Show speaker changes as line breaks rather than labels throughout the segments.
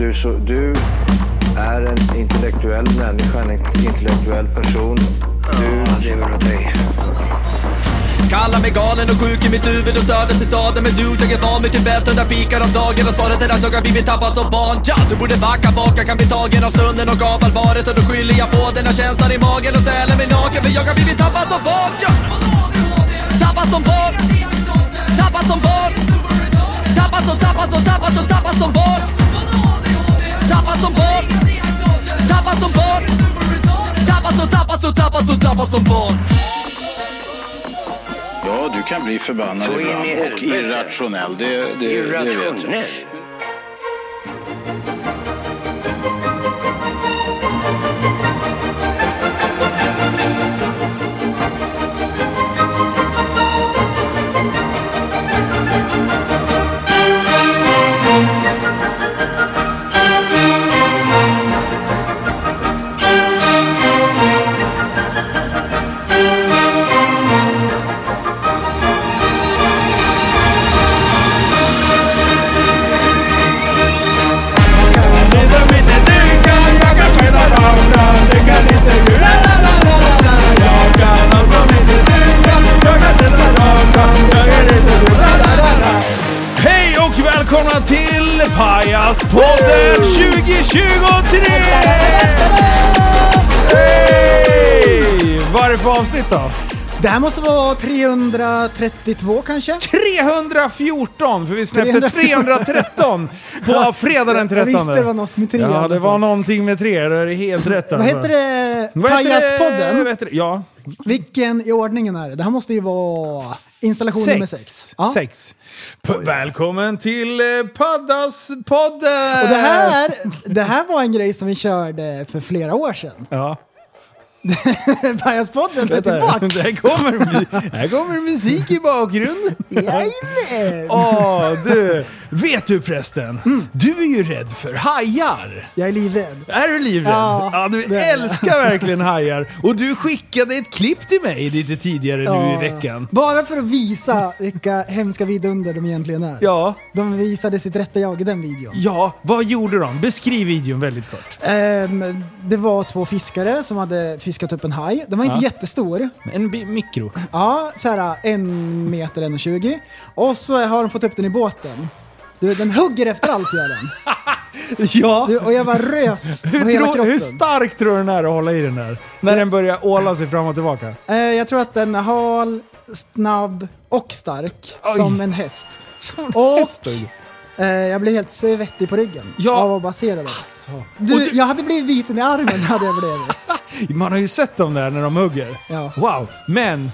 Du är en intellektuell människa, en intellektuell person. Du lever åt dig.
Kallar mig galen och sjuk i mitt huvud och stördes i staden. Men du, jag är van vid Tibet under fikar om dagen. Och svaret är att jag har blivit tappad som barn. Ja, du borde backa bak, jag kan bli tagen av stunden och av allvaret. Och då skyller jag på den här känslan i magen och ställer mig naken. För jag har blivit tappad som barn. Ja. Tappad som barn. Tappad som barn. Tappad som barn. Tappad som barn. Tappad som barn. Tappad som barn.
Ja, du kan bli förbannad ibland och irrationell. Det vet jag.
Hej och välkomna till Pajaspodden 2023! Hej! Vad är det för avsnitt då?
Det här måste vara 332 kanske?
314, för vi släppte 313 på fredag den 13.
Jag visste det var något med 3.
Ja, det var någonting med 3, det är helt rätt.
Vad heter det? Pajaspodden?
Ja.
Vilken i ordningen är det? Det här måste ju vara installation nummer 6. Ja.
6. Välkommen till Paddaspodden!
Och det här var en grej som vi körde för flera år sedan.
Ja.
Pajaspodden är tillbaka.
Här kommer musik i bakgrunden.
Jajamän!
Du, vet du prästen? Du är ju rädd för hajar.
Jag är livrädd.
Är du livrädd?
Ja,
du älskar verkligen hajar. Och du skickade ett klipp till mig lite tidigare nu i veckan.
Bara för att visa vilka hemska vidunder de egentligen är.
Ja.
De visade sitt rätta jag i den videon.
Ja, vad gjorde de? Beskriv videon väldigt kort.
Det var 2 fiskare som hade fiskat upp en haj. Den var inte jättestor.
En mikro.
Ja, så här 1 meter, 1,20. Och så har de fått upp den i båten. Du, den hugger efter allt, gör den.
Ja.
Du, och jag var rös på hela kroppen.
Hur stark tror du den är att hålla i den där? När den börjar åla sig fram och tillbaka?
Jag tror att den är hal, snabb och stark.
Oj.
Som en häst. Jag blev helt svettig på ryggen av att bara se det.
Alltså.
Jag hade blivit biten i armen hade jag blivit.
Man har ju sett dem där när de hugger.
Ja.
Wow, men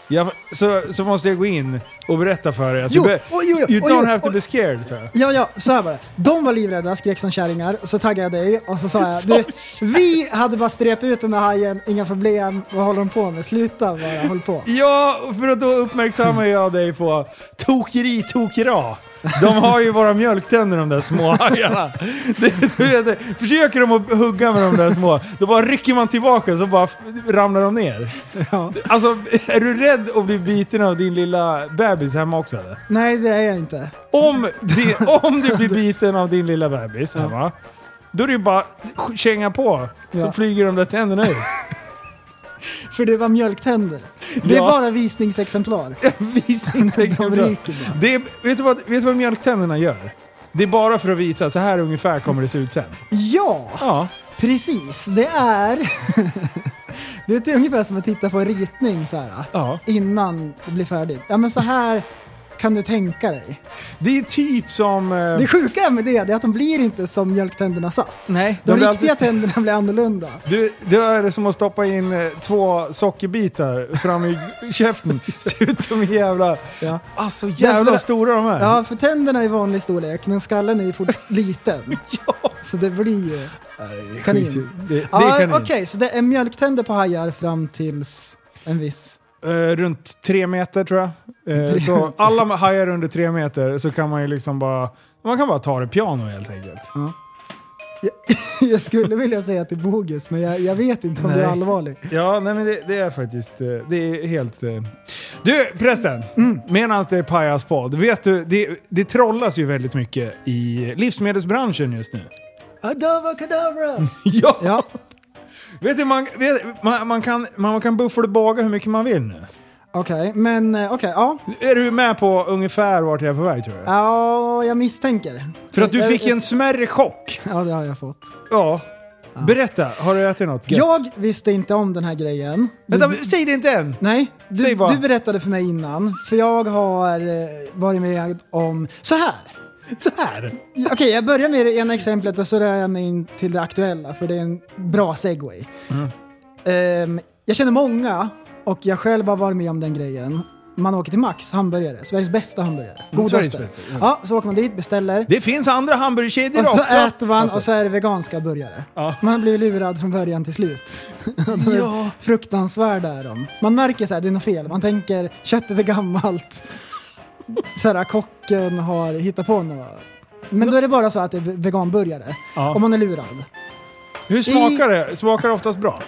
så måste jag gå in och berätta för dig att you don't have to be scared. Så.
Ja, så här var det. De var livrädda, skrek som kärringar. Så taggade jag dig och så sa jag, vi hade bara strepat ut den där hajen, inga problem, vad håller de på med? Sluta bara, håll på.
Ja, för att då uppmärksammar jag dig på tokera. De har ju våra mjölktänder, de där små hajarna. Försöker de att hugga med de där små, då bara rycker man tillbaka så bara ramlar de ner.
Ja.
Alltså, är du rädd att bli biten av din lilla bebis hemma också eller?
Nej, det är jag inte.
Om du blir biten av din lilla bebis hemma, då är det ju bara känga på, så flyger de där tänderna ut.
För det var mjölktänder. Det är bara visningsexemplar.
Visningsexemplar. Vet du vad mjölktänderna gör? Det är bara för att visa, så här ungefär kommer det se ut sen.
Ja. Precis. Det är... det är ungefär som att titta på en ritning så här, innan det blir färdigt. Ja, men så här kan du tänka dig.
Det är typ som...
Det sjuka med det är att de blir inte som mjölktänderna satt.
Nej.
De riktiga tänderna blir annorlunda.
Det är som att stoppa in 2 sockerbitar fram i käften. Ser ut som en jävla... Ja. Alltså jävla stora de är.
Ja, för tänderna är vanlig storlek, men skallen är ju fort liten.
Ja.
Så det blir ju...
kanin. Det är kanin.
Okej, så det är mjölktänder på hajar fram tills en viss...
runt 3 meter tror jag. Så alla hajar under 3 meter så kan man ju liksom bara... Man kan bara ta det piano helt enkelt.
Ja. Jag skulle vilja säga till bogus, men jag vet inte om det är allvarligt.
Ja, nej men det är faktiskt... Det är helt... Du, prästen! Medan det är Pajaspodd, vet du, det trollas ju väldigt mycket i livsmedelsbranschen just nu.
Kadabra.
Ja. Vet du, man kan buffla-baga hur mycket man vill nu.
Okej, ja.
Är du med på ungefär vart jag är på väg, tror jag?
Ja, jag misstänker.
För att du fick en smärre chock.
Ja, det har jag fått.
Ja. Berätta, har du ätit något gött?
Jag visste inte om den här grejen.
Vänta, säg det inte än!
Nej, du berättade för mig innan. För jag har varit med om så här. Okej, jag börjar med det ena exemplet och så rör jag mig in till det aktuella. För det är en bra segway. Jag känner många och jag själv har varit med om den grejen. Man åker till Max hamburgare, Sveriges bästa hamburgare. Godaste. Bästa, ja, så åker man dit, beställer.
Det finns andra hamburgerkedjor också.
Och så äter man och så är det veganska burgare. Ja. Man blir lurad från början till slut. Ja. Fruktansvärda är de. Man märker så här, det är något fel. Man tänker, köttet är gammalt. Så här, kocken har hittat på något. Men då är det bara så att det är veganburgare. Ja. Och man är lurad.
Hur smakar det? Smakar det oftast bra?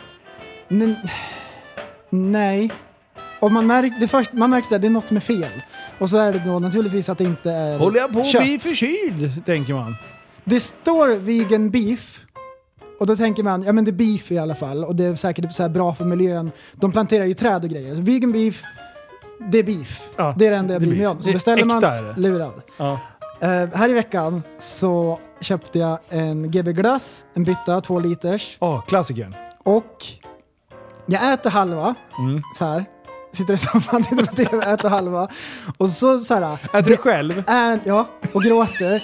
Nej. Och man märker att det är något som är fel. Och så är det då naturligtvis att det inte är
håller jag på
kött.
att bli förkyld, tänker man.
Det står vegan beef. Och då tänker man, ja men det är beef i alla fall. Och det är säkert så här bra för miljön. De planterar ju träd och grejer. Så vegan beef, det är beef. Ja, det är det enda jag bryr mig om. Så beställer man, lurad. Ja. Här i veckan så köpte jag en GB glass, en bytta, 2 liters.
Klassikern.
Och jag äter halva, så här. Sitter i soffan, tittar på TV, äter halva. Och så här.
Äter du själv?
Ja, och gråter.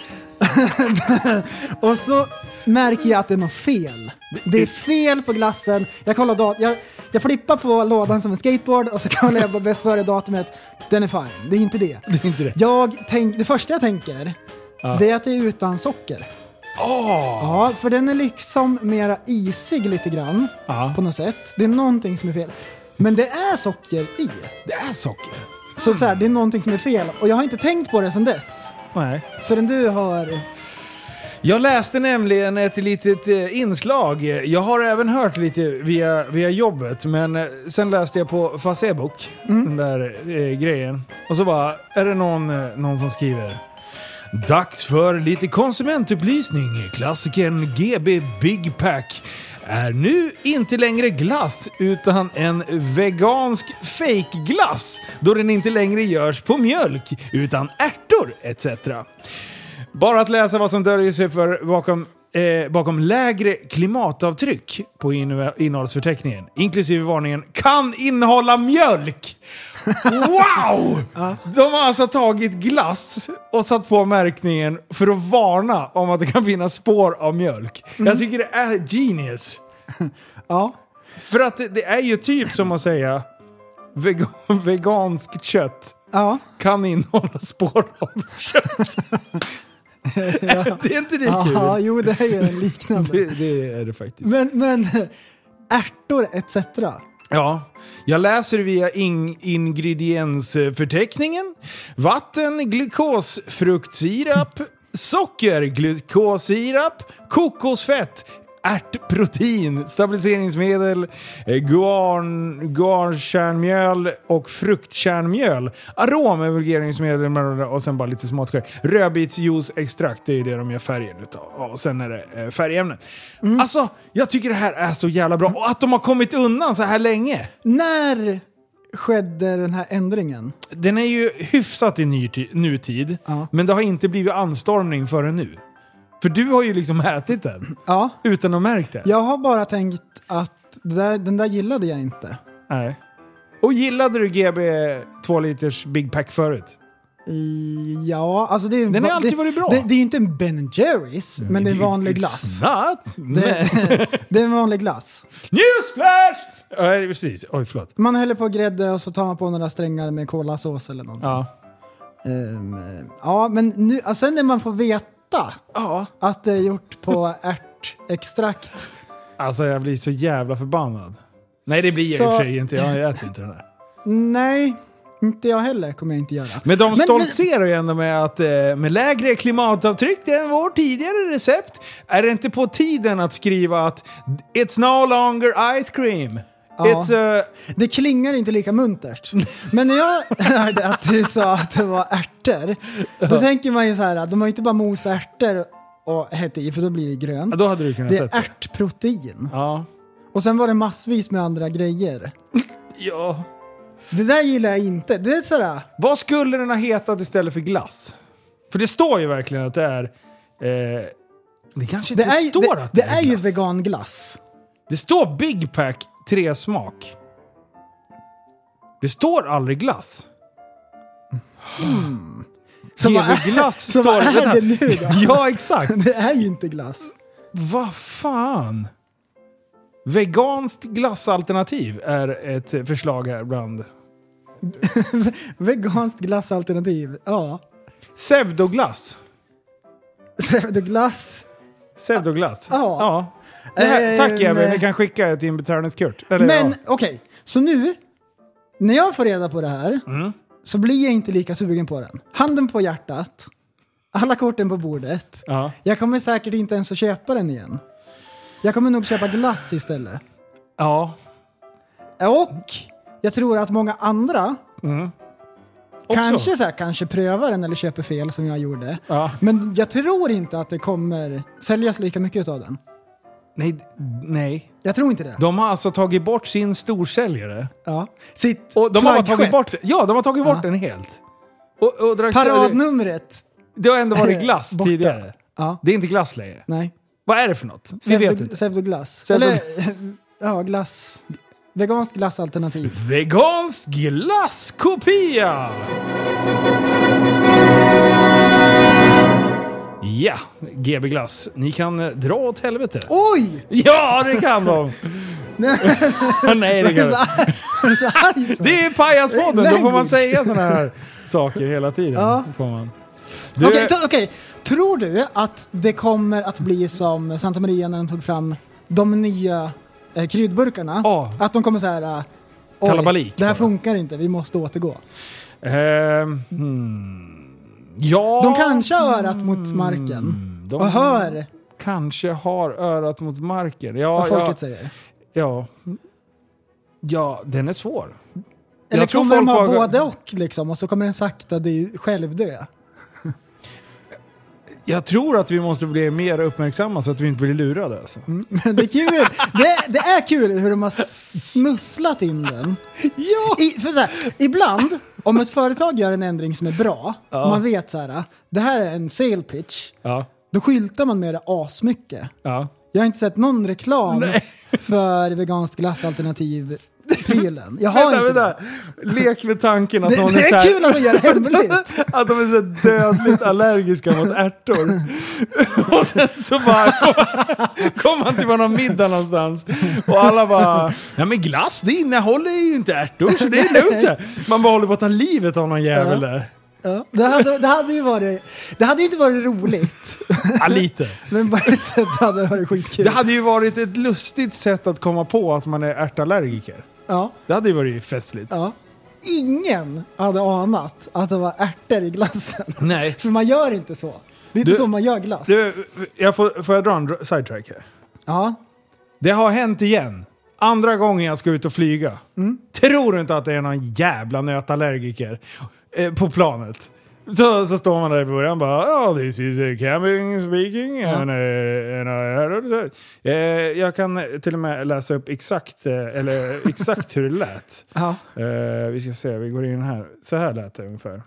Och så märker jag att det är något fel. Det är fel på glassen. Jag kollar jag flippar på lådan som en skateboard och så kollar jag på bäst före datumet. Den är fine. Det är inte det.
Det är inte det.
Det första jag tänker, det är att det är utan socker. Ja, för den är liksom mera isig lite grann på något sätt. Det är någonting som är fel. Men det är socker i.
Det är socker.
Så här, det är någonting som är fel. Och jag har inte tänkt på det sedan dess.
Nej.
Förrän du har...
Jag läste nämligen ett litet inslag. Jag har även hört lite via jobbet. Men sen läste jag på Facebook. Den där grejen. Och så bara, är det någon som skriver: dags för lite konsumentupplysning. Klassikern GB Big Pack är nu inte längre glass utan en vegansk fake-glass, då den inte längre görs på mjölk utan ärtor etc. Bara att läsa vad som döljer sig bakom lägre klimatavtryck på innehållsförteckningen, inklusive varningen kan innehålla mjölk. Wow! De har alltså tagit glass och satt på märkningen för att varna om att det kan finnas spår av mjölk. Jag tycker det är genius.
Ja.
För att det är ju typ som att säga veganskt kött kan innehålla spår av kött. Det är inte det kul?
Ja, jo, det är ju en liknande.
det är det faktiskt.
Men ärtor etc.
Ja, jag läser via ingrediensförteckningen. Vatten, glukos, fruktsirap, socker, glukossirap, kokosfett, ärtprotein, stabiliseringsmedel, guarkärnmjöl och fruktkärnmjöl, aromevulgeringsmedel och sen bara lite småtskär. Rödbetsjuiceextrakt, det är det de gör färgen utav. Och sen är det färgämnen. Alltså, jag tycker det här är så jävla bra. Och att de har kommit undan så här länge.
När skedde den här ändringen?
Den är ju hyfsat i nutid. Men det har inte blivit anstormning förrän nu. För du har ju liksom ätit den. Ja. Utan att märka det.
Jag har bara tänkt att den där gillade jag inte.
Nej. Och gillade du GB 2 liters Big Pack förut?
Ja, alltså
den har alltid varit bra.
Det är ju inte en Ben Jerry's, men det är en vanlig glass. Det är en vanlig glass.
Newsflash! Precis. Oj, förlåt.
Man häller på grädde och så tar man på några strängar med kolasås eller någonting. Ja, men nu, sen när man får veta att det är gjort på ärtextrakt.
Alltså jag blir så jävla förbannad. Nej, det blir jag i och för sig inte. Jag äter inte den där.
Nej, inte jag heller kommer jag inte göra.
Men de stoltserar ju ändå med att med lägre klimatavtryck än vår tidigare recept är det inte på tiden att skriva att it's no longer ice cream.
Ja. Det klingar inte lika muntert. Men när jag hörde att du sa att det var ärtor, då tänker man ju så här att de har inte bara mos ärtor och hette i, för då blir det grönt.
Ja, då hade du kunnat
det
sätta
är ärtprotein.
Ja.
Och sen var det massvis med andra grejer.
Ja.
Det där gillar jag inte. Det är sådär...
Vad skulle den ha hetat istället för glass? För det står ju verkligen att det är... det kanske inte står att
det
är
är ju
glass.
veganglass. Det
står Big Pack 3 smak. Det står aldrig glass. GB-glass står...
Så vad är det nu då?
Ja, exakt.
Det är ju inte glass.
Vad fan? Veganskt glassalternativ är ett förslag här bland...
Veganskt glassalternativ, ja.
Pseudoglass.
Pseudoglass.
Ja. Det här, tack Eben, ni kan skicka ett inbetalningskort.
Men okej, så nu när jag får reda på det här så blir jag inte lika sugen på den. Handen på hjärtat, alla korten på bordet.
Ja.
Jag kommer säkert inte ens att köpa den igen. Jag kommer nog köpa glass istället.
Ja.
Och jag tror att många andra kanske prövar den eller köper fel som jag gjorde.
Ja.
Men jag tror inte att det kommer säljas lika mycket av den.
Nej.
Jag tror inte det.
De har alltså tagit bort sin storsäljare.
Ja.
Och de har tagit bort, de har tagit bort den helt. Och
paradnumret.
Det har ändå varit glass
borta.
tidigare.
Ja.
Det är inte glass längre.
Nej.
Vad är det för något? Vi vet inte.
Pseudoglass. Eller ja, glass. Veganskt glassalternativ.
Vegansk glasskopia! Ja, GB Glass. Ni kan dra åt helvete.
Oj!
Ja, det kan de! Nej, det kan de. Det är Pajaspodden, då får man säga såna här saker hela tiden.
Ja. Okej. Tror du att det kommer att bli som Santa Maria när de tog fram de nya kryddburkarna? Att de kommer så här...
kalabalik.
Det här funkar inte, vi måste återgå.
Ja.
De kanske har örat mot marken. Och hör.
Kanske har örat mot marken. Ja,
vad folket säger.
Ja, den är svår.
Eller kommer de ha både och liksom, och så kommer den sakta själv dö.
Jag tror att vi måste bli mer uppmärksamma så att vi inte blir lurade. Alltså.
Men det är kul. Det är kul hur de har smusslat in den.
Ja.
För så här, ibland, om ett företag gör en ändring som är bra, och man vet så här, det här är en sale pitch, då skyltar man med det asmycket.
Ja.
Jag har inte sett någon reklam för veganskt glassalternativ prylen. Jag har inte det.
Lek med tanken att
det
någon är
så här, kul att de gör det hemligt.
Att de är så dödligt allergiska mot ärtor. Och sen så bara kommer man till någon middag någonstans och alla bara, ja men glass det innehåller ju inte ärtor så det är lugnt. Man bara håller på att ta livet av någon jävel där.
Ja, det hade ju inte varit roligt.
Ja, lite.
Men på ett sätt hade det varit skitkul.
Det hade ju varit ett lustigt sätt att komma på att man är ärtallergiker.
Ja.
Det hade ju varit festligt.
Ja. Ingen hade anat att det var ärtor i glassen.
Nej.
För man gör inte så. Det är inte så man gör glass.
Får jag dra en sidetrack här?
Ja.
Det har hänt igen. Andra gången jag ska ut och flyga. Tror du inte att det är någon jävla nötallergiker på planet? Så står man där i början bara, this is Camping speaking. Jag kan till och med läsa upp exakt hur det lät. Vi ska se, vi går in här. Så här lät det ungefär.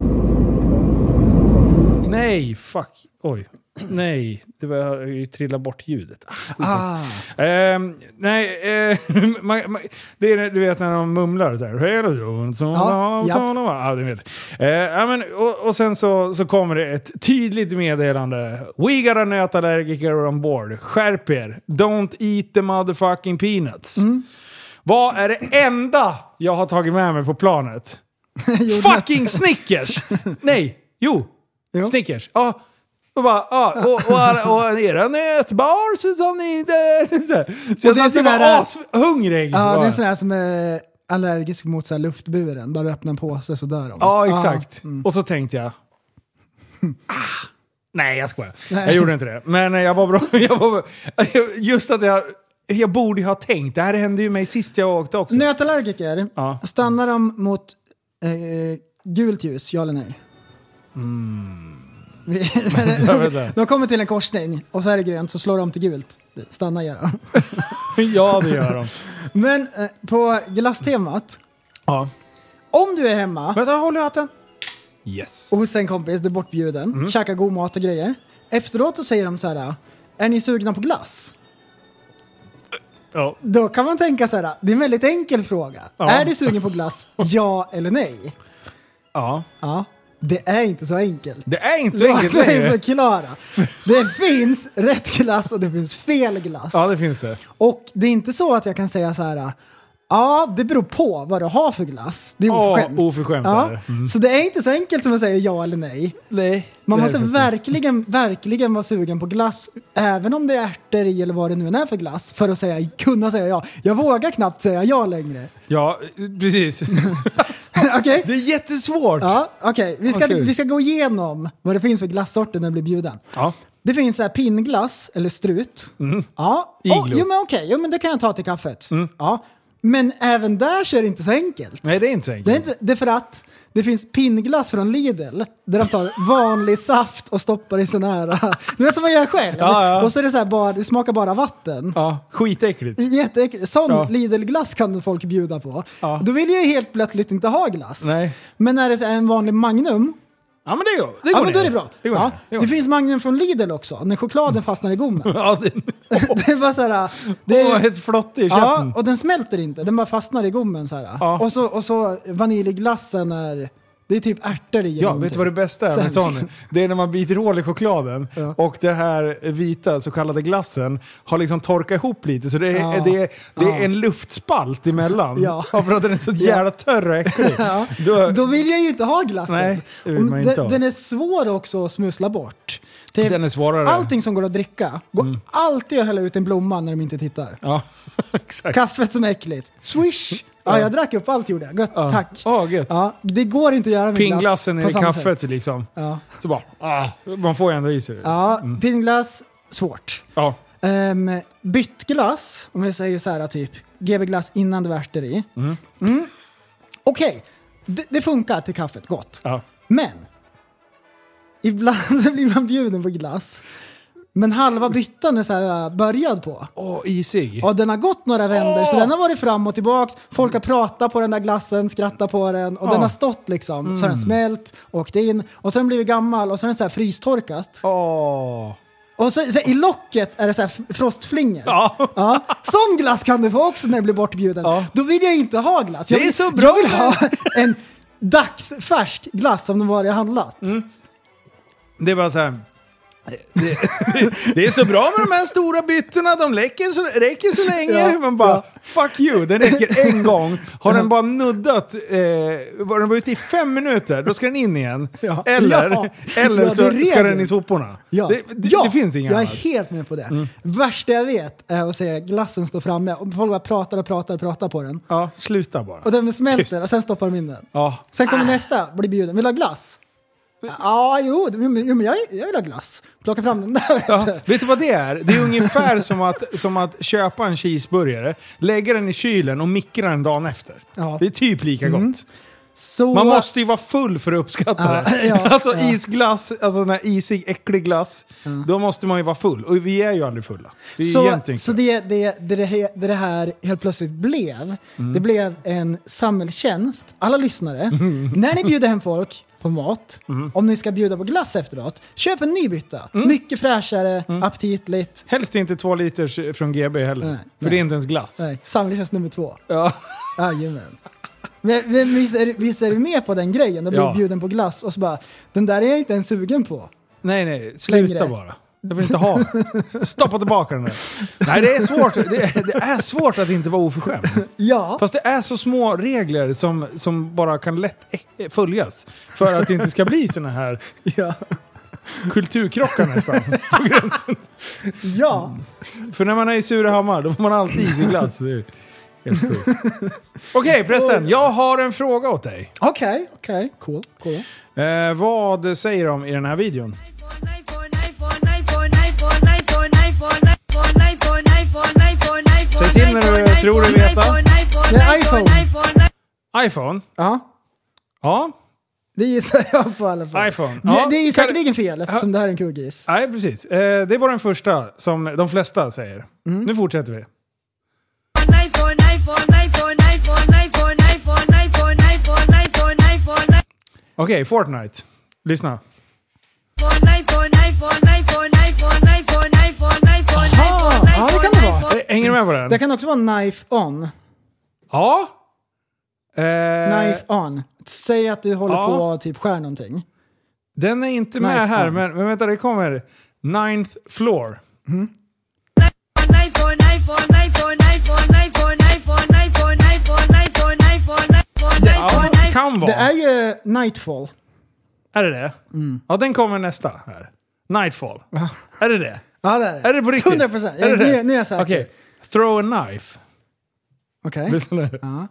Nej, fuck. Oj. Nej, det var jag trillade bort ljudet. Det är du vet när de mumlar så här. Du vet. Och sen så kommer det ett tydligt meddelande. We got a nötallergiker on board. Skärp er. Don't eat the motherfucking peanuts. Vad är det enda jag har tagit med mig på planet? Fucking Snickers! Nej, jo. Snickers. Ja. Och bara, och era nötbar som ni inte... Så jag satt ju bara ashungrig.
Ja, det är sån här som är allergisk mot så här luftburen. Bara öppna en påse så dör de.
Ja, exakt. Och så tänkte jag... nej, jag skojar. Jag gjorde inte det. Men jag var bra. Just att jag borde ha tänkt. Det här hände ju mig sist jag åkte också.
Nötallergiker, stannar de mot gult ljus, ja eller nej? De kommer till en korsning och så är det grönt, så slår de till gult. Stanna gör de.
Ja, det gör de.
Men på glasstemat.
Ja.
Om du är hemma.
Vänta, håll i hatten. Yes.
Och hos en kompis, du är bortbjuden. Käkar god mat och grejer. Efteråt så säger de så här: är ni sugna på glass?
Ja.
Då kan man tänka så här: det är en väldigt enkel fråga.
Ja.
Är du sugen på glass? Ja eller nej?
Ja.
Ja. Det är inte så enkelt.
Det är inte så enkelt längre.
Förklara. Det finns rätt glass och det finns fel glass.
Ja, det finns det.
Och det är inte så att jag kan säga så här: ja, det beror på vad du har för glass. Det är oförskämt.
Oförskämt
ja.
är det.
Så det är inte så enkelt som att säga ja eller nej.
Nej.
Man måste verkligen vara sugen på glass, även om det är ärtor i eller vad det nu än är för glass, för att kunna säga ja. Jag vågar knappt säga ja längre.
Ja, precis.
Okay.
Det är jättesvårt.
Ja, okej. Vi ska gå igenom vad det finns för glassorter när du blir bjuden.
Ja.
Det finns så här pinnglass eller strut. Ja. Jo, men det kan jag ta till kaffet. Ja. Men även där så är det inte så enkelt.
Nej, det är inte så enkelt.
Det är för att det finns pinnglass från Lidl där de tar vanlig saft och stoppar i sån här. Det är som man gör själv.
Ja.
Och så är det så här det smakar bara vatten.
Ja, skitäckligt.
Jätteäckligt. Sån Lidl-glass kan folk bjuda på.
Ja.
Då vill jag ju helt plötsligt inte ha glass.
Nej.
Men när det är så här en vanlig Magnum.
Ja, men det går.
Ja, men då är det bra.
Det går.
Det finns Magnum från Lidl också, när chokladen fastnar i gommen.
Ja,
Det är bara så här.
Det är ett flott i käften.
Ja, och den smälter inte, den bara fastnar i gommen så här.
Ja.
Och så vaniljglassen är, det är typ ärtor i.
Ja, vet du vad det bästa är med sån? Det är när man biter hål i chokladen och det här vita så kallade glassen har liksom torkat ihop lite, så det är en luftspalt emellan.
Ja.
För att den är så jävla törr och äcklig.
Då vill jag ju inte ha glassen.
Nej, det vill man inte ha.
Den är svår också att smussla bort.
Den är svårare.
Allting som går att dricka går alltid att hälla ut en blomma när de inte tittar.
Ja, exakt.
Kaffet som är äckligt. Swish! Ja, jag drack upp allt, gjorde jag. Gött, tack.
Gött.
Ja, det går inte att göra med
pingglassen
glass
i
på samma
kaffet
sätt.
liksom.
Ja.
Så bara, man får ju ändå i sig det.
Ja, pingglass, svårt.
Ja.
Byttglass, om vi säger så här typ GB-glass innan det var ärtor i. Okej, det funkar till kaffet, gott.
Ja.
Men ibland så blir man bjuden på glass. Men halva byttan är så här börjad på.
Isig.
Och den har gått några vänder, så den har varit fram och tillbaks. Folk har pratat på den där glassen, skrattat på den. Och den har stått liksom, så har den smält, åkt in. Och så har den blivit gammal och så har den så här frystorkat. Och så i locket är det så här frostflingor. Ja. Sån glass kan du få också när du blir bortbjuden. Då vill jag inte ha glass.
Det är så bra.
Jag vill ha en dagsfärsk glass som de var i handlat.
Det är bara så här. Det är så bra med de här stora byttorna, de räcker så länge. Man bara, fuck you, den räcker en gång. Har den bara nuddat, var den var ute i 5 minuter, då ska den in igen. Eller så ska den i soporna. Det finns inga
jag
annat.
är helt med på det. Värsta jag vet är att säga glassen står framme och folk bara pratar på den.
Ja, sluta bara.
Och den smälter.
Tyst.
Och sen stoppar de in den.
Ja.
Sen kommer nästa, blir bjuden. Vill du ha glass? Ja, men jag vill ha glass. Plocka fram den där.
Vet du vad det är? Det är ungefär som att köpa en cheeseburgare, lägga den i kylen och mikra den dagen efter.
Ja.
Det är typ lika gott.
Så...
Man måste ju vara full för att uppskatta det. Alltså isglass, alltså den här isig, äcklig glass. Då måste man ju vara full. Och vi är ju aldrig fulla.
Så det här helt plötsligt blev, det blev en samhällstjänst. Alla lyssnare, när ni bjuder hem folk på mat, om ni ska bjuda på glass efteråt, köp en ny bytta. Mycket fräschare, aptitligt.
Helst inte 2 liters från GB heller.
Nej,
för det är inte ens glass.
Nej, samhällstjänst nummer 2.
Ja.
Jajamän. Men visst är du med på den grejen? Då blir bjuden på glass och så bara, den där är jag inte ens sugen på.
Nej, sluta bara. Jag vill inte ha. Stoppa tillbaka den där. Nej, det är svårt. Det är svårt att inte vara oförskämd.
Ja.
Fast det är så små regler som bara kan lätt följas. För att det inte ska bli såna här kulturkrockar nästan. På gränsen.
Ja.
För när man är i Surahammar, då får man alltid is i glass. Det är helt sjukt. Okej, prästen. Jag har en fråga åt dig.
Okej. Cool.
Vad säger de i den här videon? Säg till när du tror du veta.
Det är iPhone.
iPhone?
Ja.
Ja.
Det gissar jag på i alla fall.
iPhone.
Det är ju säkerligen fel eftersom det här är en kuggis.
Nej, precis. Det var den första som de flesta säger. Nu fortsätter vi. Okej, Fortnite. Lyssna.
Ja, det kan det vara.
Hänger du med på den?
Det kan också vara knife on.
Ja.
Knife on. Säg att du håller på och typ skär någonting.
Den är inte med här, men vänta, det kommer. 9th floor. Kan vara.
Det är ju Nightfall.
Är det? Ja, den kommer nästa här. Nightfall. Är det det?
Ja, det är det.
Är det på riktigt?
100%.
Är det
Nu är jag säker.
Okej. Throw a knife.
Okej.
Lyssna nu.
Ja.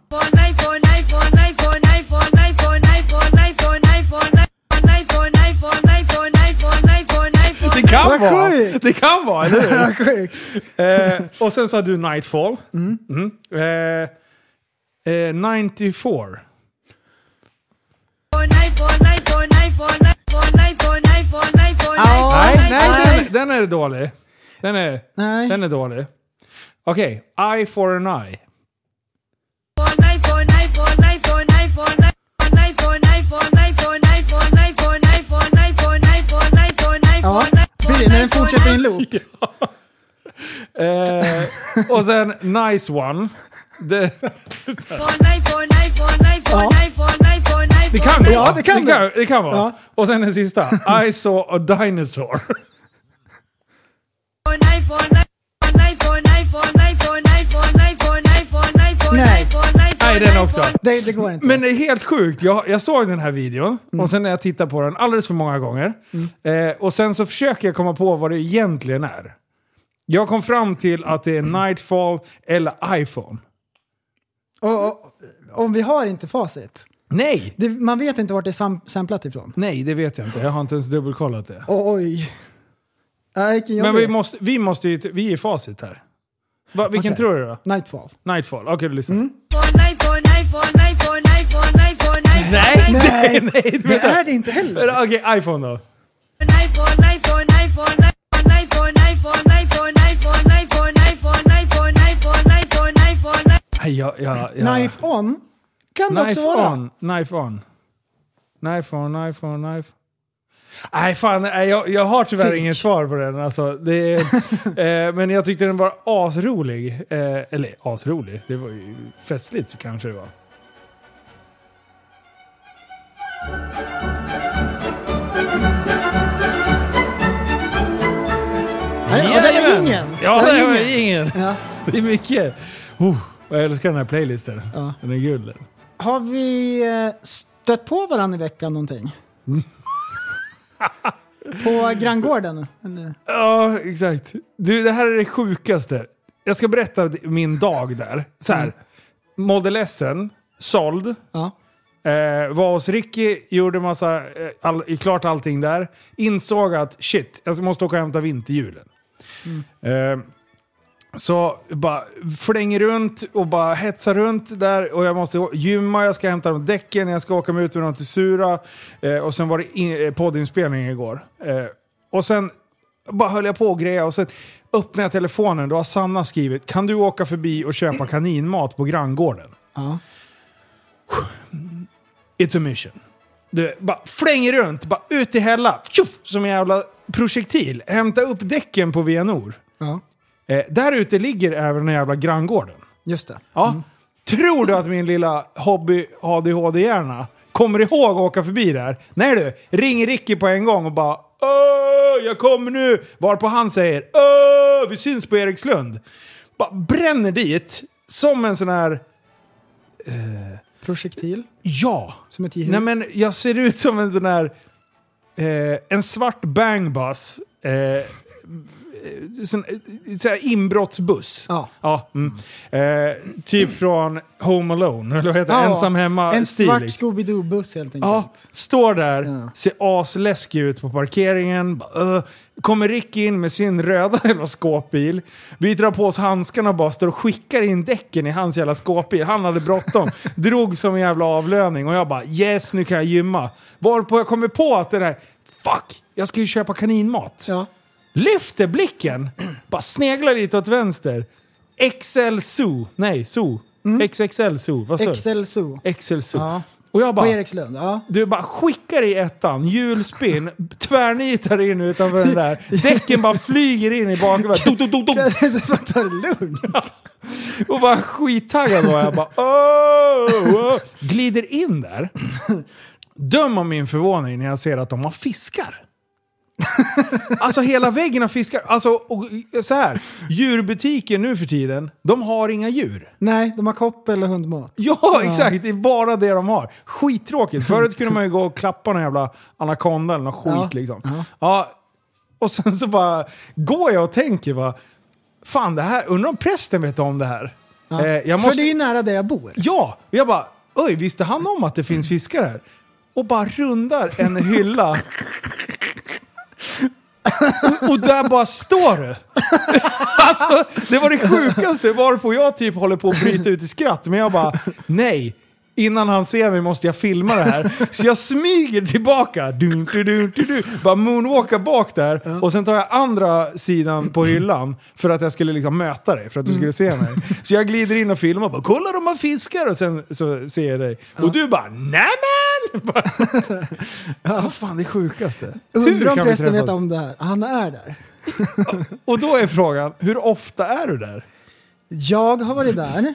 Det kan
Vad
vara.
sjukt.
Det kan vara, eller hur?
Vad sjukt.
Och sen sa du Nightfall. 94. Nej, den är dålig. Den är dålig. Okej, eye for an eye.
Ja, precis, när den fortsätter i en loop.
Och sen nice one. Det kan gå.
Ja, det kan
vara.
Ja.
Och sen den sista. I saw a dinosaur. Nej, den också.
Det går inte.
Men det är helt sjukt. Jag såg den här videon och sen när jag tittar på den alldeles för många gånger. Och sen så försöker jag komma på vad det egentligen är. Jag kom fram till att det är Nightfall eller iPhone.
Och om vi har inte facit.
Nej!
Man vet inte vart det är samplat ifrån.
Nej, det vet jag inte. Jag har inte ens dubbelkollat det.
Oj.
Men vi är i facit här. Vilken tror du då?
Nightfall.
Nightfall. Okej, du lyssnar.
Nej,
Nej,
det är det inte heller.
Okej, iPhone då.
Knife on kan det också vara.
Knife on. Nej fan, jag har tyvärr ingen svar på den. Alltså, men jag tyckte den var asrolig. Eller asrolig, det var ju festligt så kanske det var.
Ja, det var ingen.
Ja, det var ingen.
Ja.
Det är mycket. Jag älskar den här playlisten.
Ja.
Den är guld.
Har vi stött på varandra i veckan någonting? På granngården? Eller?
Ja, exakt. Du, det här är det sjukaste. Jag ska berätta min dag där. Så här. Model S'en, såld.
Ja.
Var hos Ricky, gjorde massa, klart allting där. Insåg att shit, jag måste åka och hämta vinterhjulen. Så bara flänger runt och bara hetsar runt där. Och jag måste gymma, jag ska hämta de däcken, jag ska åka med ut med dem till Sura. Och sen var det poddinspelning igår. Och sen bara höll jag på och greja. Och sen öppnade jag telefonen, då har Sanna skrivit: kan du åka förbi och köpa kaninmat på granngården?
Ja.
It's a mission. Du bara flänger runt, bara ut i hälla. Tjuff, som en jävla projektil. Hämta upp däcken på Vianor.
Ja.
Där ute ligger även den jävla granngården.
Just det.
Ja. Tror du att min lilla hobby ADHD-hjärna kommer ihåg att åka förbi där? Nej du, ring Ricky på en gång och bara: jag kommer nu. Varpå han säger: vi syns på Erikslund. Bara bränner dit som en sån här...
Projektil?
Ja.
Som ett gehör?
Nej, men jag ser ut som en sån här... en svart bangbus. inbrottsbuss.
Ja.
Typ från Home Alone, eller vad heter det? Ensam hemma.
En svart
liksom.
Scooby-Doo-buss helt enkelt.
Ja, står där, ser asläskig ut på parkeringen. Kommer Rick in med sin röda jävla skåpbil. Vi drar på oss handskarna och bara står och skickar in däcken i hans jävla skåpbil. Han hade bråttom. Drog som en jävla avlöning. Och jag bara, yes, nu kan jag gymma. Varpå jag kommer på att det där, fuck, jag ska ju köpa kaninmat.
Ja.
Lyfter blicken. Bara sneglar lite åt vänster. XL Zoo. Nej, Zoo. XXL Zoo. Vad står det? XL Zoo.
Ja.
Och jag bara,
på Erikslund,
du bara skickar i ettan, hjulspinn, tvärnitar in utanför den där. Däcken bara flyger in i bakgrunden.
Ta det lugnt.
Och bara skittaggad var jag. Bara, glider in där. Döm om min förvåning när jag ser att de har fiskar. Alltså hela väggen har fiskar. Alltså och, så här, djurbutiker nu för tiden, de har inga djur.
Nej, de har koppel och hundmat.
Ja, exakt. Det är bara det de har. Skittråkigt. Förut kunde man ju gå och klappa någon jävla anakonda eller någon skit liksom. Ja. Och sen så bara går jag och tänker va, fan det här, undrar om prästen vet om det här.
Ja. För det är ju nära där jag bor.
Ja, jag bara, oj, visste han om att det finns fiskar här? Och bara rundar en hylla. Och där bara står det. Alltså, det var det sjukaste. Varpå jag typ håller på att bryta ut i skratt. Men jag bara, nej. Innan han ser mig måste jag filma det här. Så jag smyger tillbaka. Bara moonwalkar bak där. Och sen tar jag andra sidan på hyllan. För att jag skulle liksom möta dig. För att du skulle se mig. Så jag glider in och filmar. Bara, kolla de har fiskar. Och sen så ser jag dig. Och du bara, nämen! Vad fan det sjukaste.
Undrar om prästen vet om det här. Han är där.
Och då är frågan, hur ofta är du där?
Jag har varit där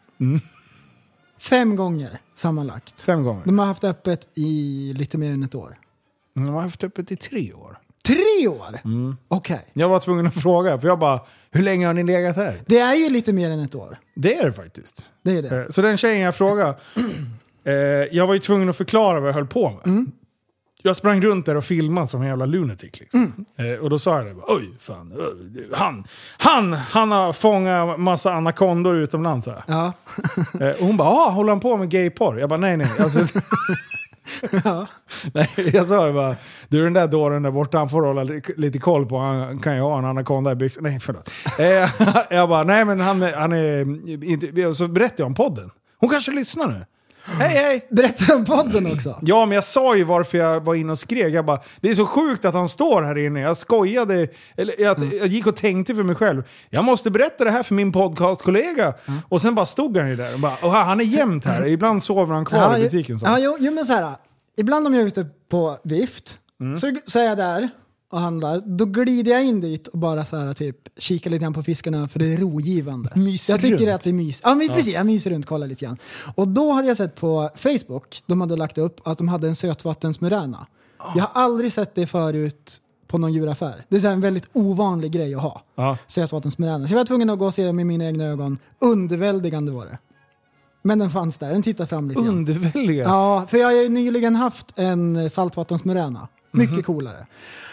5 gånger sammanlagt.
5 gånger?
De har haft öppet i lite mer än ett år.
De har haft öppet i 3 år.
3 år? Okej.
Jag var tvungen att fråga, för jag bara, hur länge har ni legat här?
Det är ju lite mer än ett år.
Det är det faktiskt.
Det är det.
Så den tjejen jag frågade, jag var ju tvungen att förklara vad jag höll på med. Jag sprang runt där och filmade som en jävla lunatic liksom. Och då sa jag det, oj fan, han har fångat massa anakondor utomlands.
Ja.
Och hon bara, håller han på med gayporr? Jag bara, nej. Alltså,
Ja.
nej, jag sa det bara, du den där dåren där borta, han får hålla lite koll på, han kan ju ha en anakonda i byxan. Nej, förlåt. Jag bara, nej men han är inte, så berättade jag om podden. Hon kanske lyssnar nu. Hej!
Berättar om podden också?
Ja, men jag sa ju varför jag var inne och skrek. Jag bara, det är så sjukt att han står här inne. Jag skojade, eller jag gick och tänkte för mig själv. Jag måste berätta det här för min podcastkollega. Och sen bara stod han ju där och bara, han är jämt här. Ibland sover han kvar i butiken. Så.
Ja, jo, men så här. Ibland om jag är ute på vift så är jag där och handlar. Då glider jag in dit och bara så här typ kikar lite grann på fiskarna för det är rogivande. Jag tycker att det är mys. Ja, men precis. Jag myser runt, kollar lite grann. Och då hade jag sett på Facebook, de hade lagt upp att de hade en sötvattensmuräna. Jag har aldrig sett det förut på någon djuraffär. Det är så här en väldigt ovanlig grej att ha. Sötvattensmuräna. Så jag var tvungen att gå och se det med mina egna ögon. Underväldigande var det. Men den fanns där. Den tittar fram lite grann.
Underväldigande?
Ja, för jag har ju nyligen haft en saltvattensmuräna. Mycket coolare.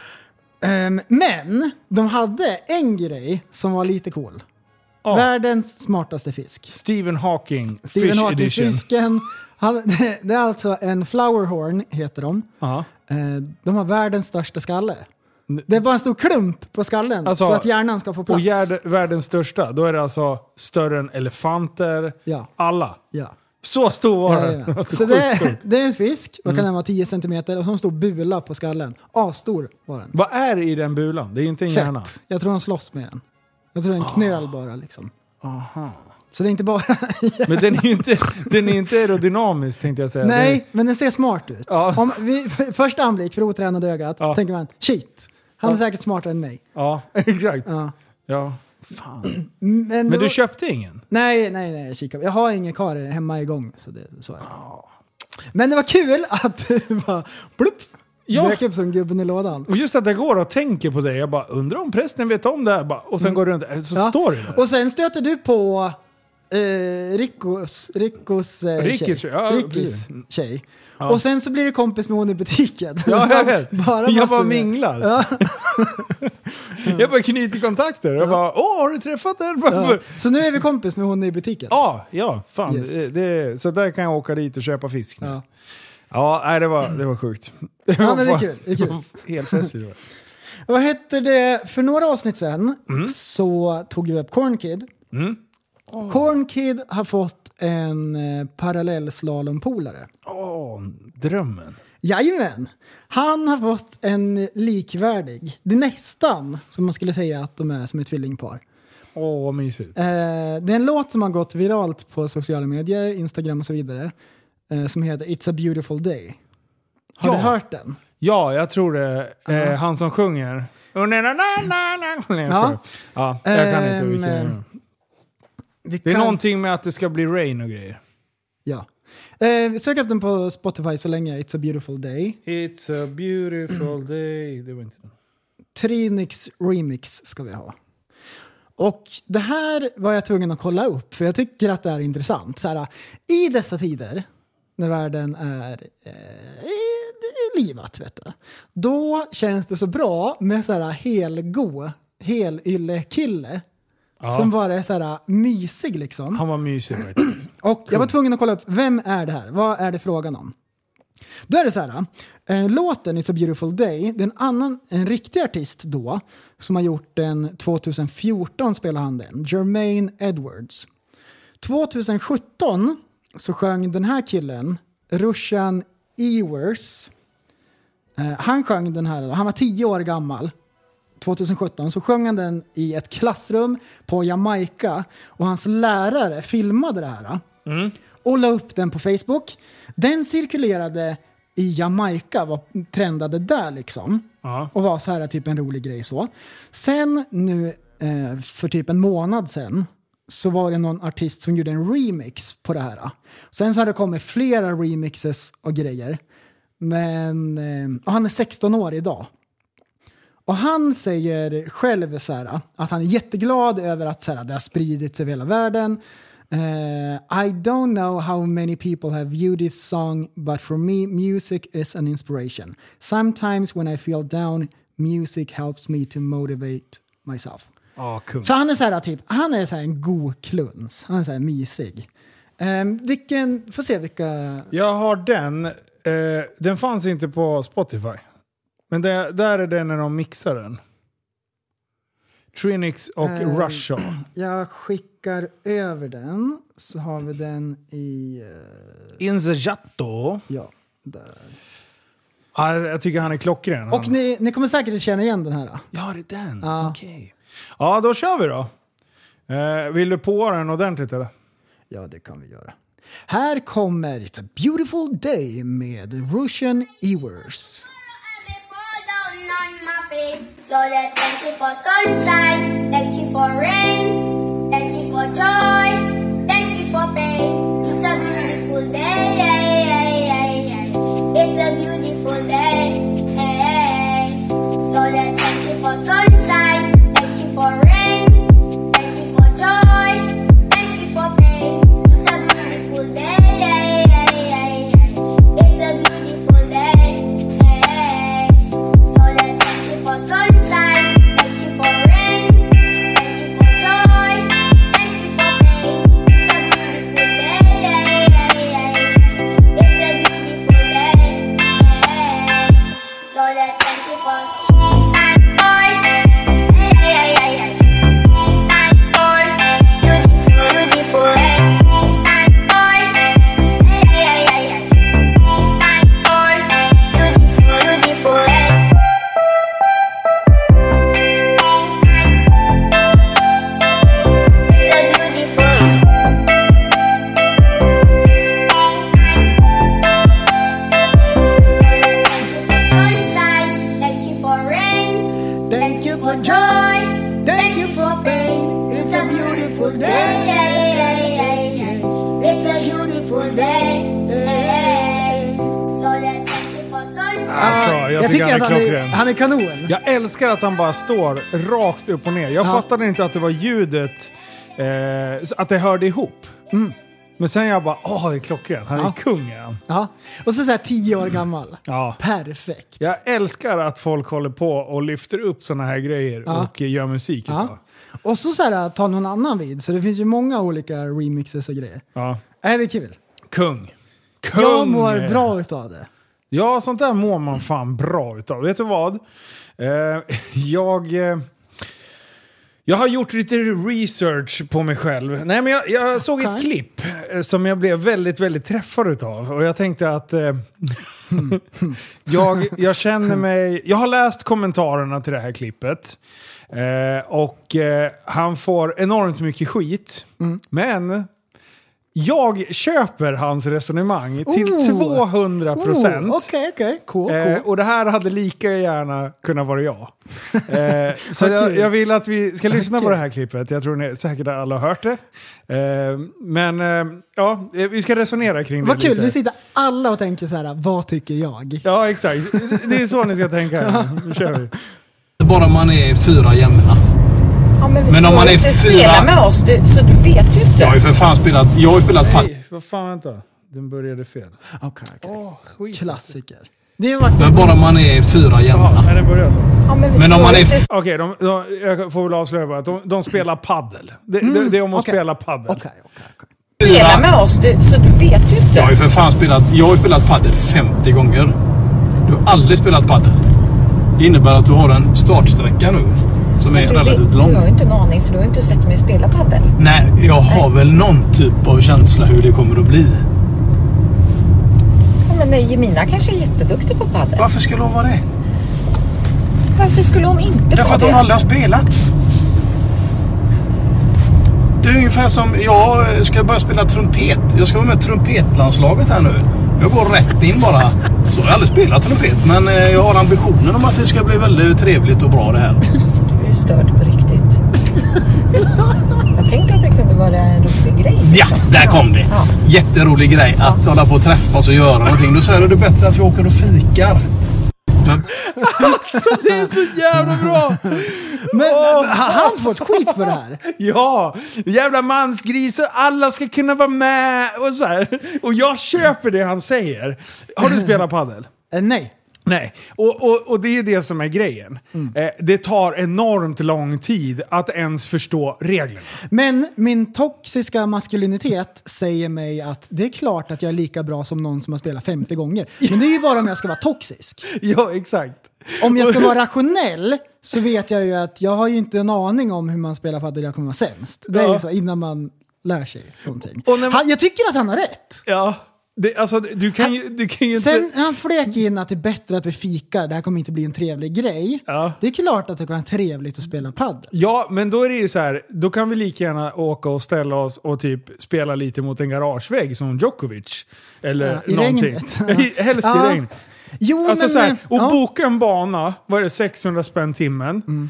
Men de hade en grej som var lite cool. Världens smartaste fisk.
Stephen Hawking Fish Edition.
Fisken. Det är alltså en flowerhorn heter de. De har världens största skalle. Det är bara en stor klump på skallen alltså, så att hjärnan ska få plats.
Och världens största, då är det alltså större än elefanter, alla.
Ja.
Så stor var den.
Alltså, så det är en fisk, vad kan den vara, 10 centimeter och så en stor bula på skallen. Stor var den.
Vad är i den bulan? Det är inte en hjärna.
Jag tror de slåss med den. Jag tror det är en knöl bara liksom.
Aha.
Så det är inte bara...
Men den är inte aerodynamisk tänkte jag säga.
Nej, men den ser smart ut. Om första anblick för otränade ögat tänker man, shit, han är säkert smartare än mig.
Ja, exakt. Ja. Fan. Men du köpte ingen?
Nej, jag har ingen kar hemma igång. Så är det. Men det var kul att det bara blupp, dök upp som gubben i lådan. Och
just att jag går och tänker på det. Jag bara undrar om prästen vet om det här. Och sen går du runt, så står det där.
Och sen stöter du på Rickos tjej. Och sen så blir det kompis med hon i butiken.
Ja, jag vet.
Jag
bara minglar. Jag bara knyter kontakter. Jag bara, har du träffat den?
Ja. Så nu är vi kompis med hon i butiken?
Ja, fan.
Yes.
Så där kan jag åka dit och köpa fisk nu.
Ja,
nej, det var sjukt.
Ja, men det är kul. Det är kul.
Helt festligt.
Vad hette det? För några avsnitt sedan så tog vi upp Corn Kid. Corn Kid har fått en parallellslalompolare.
Drömmen.
Jajamän! Han har fått en likvärdig. Det är nästan som man skulle säga att de är som ett tvillingpar.
Vad mysigt.
Det är en låt som har gått viralt på sociala medier, Instagram och så vidare. Som heter It's a beautiful day. Har du hört den?
Ja, jag tror det. Han som sjunger. Jag kan inte vilken. Det är någonting med att det ska bli rain och grejer.
Ja. Sök upp den på Spotify så länge. It's a beautiful day.
It's a beautiful day. Det var inte det.
Trinix remix ska vi ha. Och det här var jag tvungen att kolla upp. För jag tycker att det är intressant. Så här, i dessa tider när världen är livat, vet du. Då känns det så bra med så här helylle-kille. Ja. Som bara är så här mysig liksom.
Han var mysig faktiskt.
Och jag var tvungen att kolla upp, vem är det här? Vad är det frågan om? Då är det så här, låten It's a beautiful day, det är en riktig artist då som har gjort den 2014 spelade han den, Jermaine Edwards. 2017 så sjöng den här killen, Russian Ewers. Han sjöng den här, han var 10 år gammal. 2017 så sjöng han den i ett klassrum på Jamaica och hans lärare filmade det här och la upp den på Facebook. Den cirkulerade i Jamaica, trendade där liksom och var så här typ en rolig grej så. Sen nu för typ en månad sen så var det någon artist som gjorde en remix på det här. Sen så har det kommit flera remixes och grejer. Men och han är 16 år idag. Och han säger själv så här, att han är jätteglad över att så här, det har spridits över hela världen. I don't know how many people have viewed this song, but for me music is an inspiration. Sometimes when I feel down, music helps me to motivate myself.
Cool.
Så han är så här typ, han är så här en god kluns. Han är så här mysig. Får se vilka...
Jag har den. Den fanns inte på Spotify. Men där är det när de mixar den. Trinix och Russia.
Jag skickar över den. Så har vi den i...
Inzaggiato.
Ja, där.
Ja, jag tycker han är klockren.
Och ni kommer säkert känna igen den här.
Ja, det är den.
Ja.
Okej. Ja, då kör vi då. Vill du på den ordentligt eller?
Ja, det kan vi göra. Här kommer It's a beautiful day med Russian Ewers.
Lord, I thank you for sunshine, thank you for rain, thank you for joy, thank you for pain. It's a beautiful day, it's a beautiful day. Lord, I thank you for sunshine, thank you for rain, thank you for joy, thank you for pain. It's a beautiful day, it's a beautiful day. Lord, I thank you for sunshine. Thank you for rain, thank you for joy, thank you for pain. It's a beautiful day, it's a beautiful day. Lord, I thank you for
Jag tycker att
han är kanon.
Jag älskar att han bara står rakt upp och ner. Jag fattade inte att det var ljudet, att det hörde ihop. Men sen jag bara, det är klockrent. Han är kungen.
Ja. Och så här 10 år gammal.
Ja.
Perfekt.
Jag älskar att folk håller på och lyfter upp såna här grejer och gör musik.
Ja. Och så här ta någon annan vid. Så det finns ju många olika remixes och grejer.
Ja.
Det är kul.
Kung.
Jag mår bra utav det.
Ja, sånt där mår man fan bra utav. Vet du vad? Jag har gjort lite research på mig själv. Nej, men jag såg ett klipp som jag blev väldigt, väldigt träffad utav. Och jag tänkte att jag känner mig... Jag har läst kommentarerna till det här klippet. Och han får enormt mycket skit. Men... Jag köper hans resonemang till 200%.
Okej. Cool.
Och det här hade lika gärna kunnat vara jag. Så jag vill att vi ska lyssna på det här klippet. Jag tror ni säkert alla har hört det. Vi ska resonera kring det.
Vad kul,
lite.
nu sitter alla och tänker så här: vad tycker jag?
Ja, exakt. Det är så ni ska tänka. Nu kör vi.
Bara man är 4 jämna.
Ja, men om man är 4 spela med oss, så du vet ju inte.
Jag har ju för fan spelat padel.
Nej, vad fan, vänta. Den började fel.
Okej. Klassiker.
Men bara man är 4 jämna.
Ja, den börjar så.
Ja,
men om man är...
Okej, jag får väl avslöja att de spelar paddel. Det är om att spela paddel.
Okej.
Spela med oss, så du vet ju inte.
Jag har ju för fan spelat padel 50 gånger. Du har aldrig spelat paddel. Det innebär att du har en startsträcka nu som är relativt lång.
Du har ju inte en aning, för du har inte sett mig spela paddel.
Nej, jag har väl någon typ av känsla hur det kommer att bli.
Ja, men Jemina kanske är jätteduktig på paddel.
Varför skulle hon vara det?
Varför skulle hon inte vara det?
Därför att hon aldrig har spelat. Det är ungefär som jag ska börja spela trumpet. Jag ska vara med trumpetlandslaget här nu. Jag går rätt in bara. Så jag har aldrig spelat trumpet, men jag har ambitionen om att det ska bli väldigt trevligt och bra det här.
Alltså, du är ju störd på riktigt. Jag tänkte att det kunde vara en rolig grej.
Ja, där kom det. Ja. Jätterolig grej att hålla på och träffas och göra någonting. Då säger du det är bättre att vi åker och fikar.
Alltså, det är så jävla bra.
Men har han fått skit för det här?
Ja, jävla mansgrisar. Alla ska kunna vara med och så här. Och jag köper det han säger. Har du spelat paddel?
Nej.
Nej, och det är det som är grejen. Det tar enormt lång tid att ens förstå reglerna.
Men min toxiska maskulinitet säger mig att det är klart att jag är lika bra som någon som har spelat 50 gånger. Men det är ju bara om jag ska vara toxisk.
Ja, exakt.
Om jag ska vara rationell så vet jag ju att jag har ju inte en aning om hur man spelar paddel, jag kommer vara sämst. Det är ju så innan man lär sig någonting. Jag tycker att han har rätt.
Ja. Du kan ju inte...
Sen han flek in att det är bättre att vi fikar. Det här kommer inte bli en trevlig grej.
Ja.
Det är klart att det kan vara trevligt att spela paddel.
Ja, men då är det ju så här. Då kan vi lika gärna åka och ställa oss och typ spela lite mot en garagevägg som Djokovic. Eller
i
någonting.
regnet.
Helst i regn.
Jo,
alltså
men...
så här, och boka en bana, vad är det, 600 spänn timmen.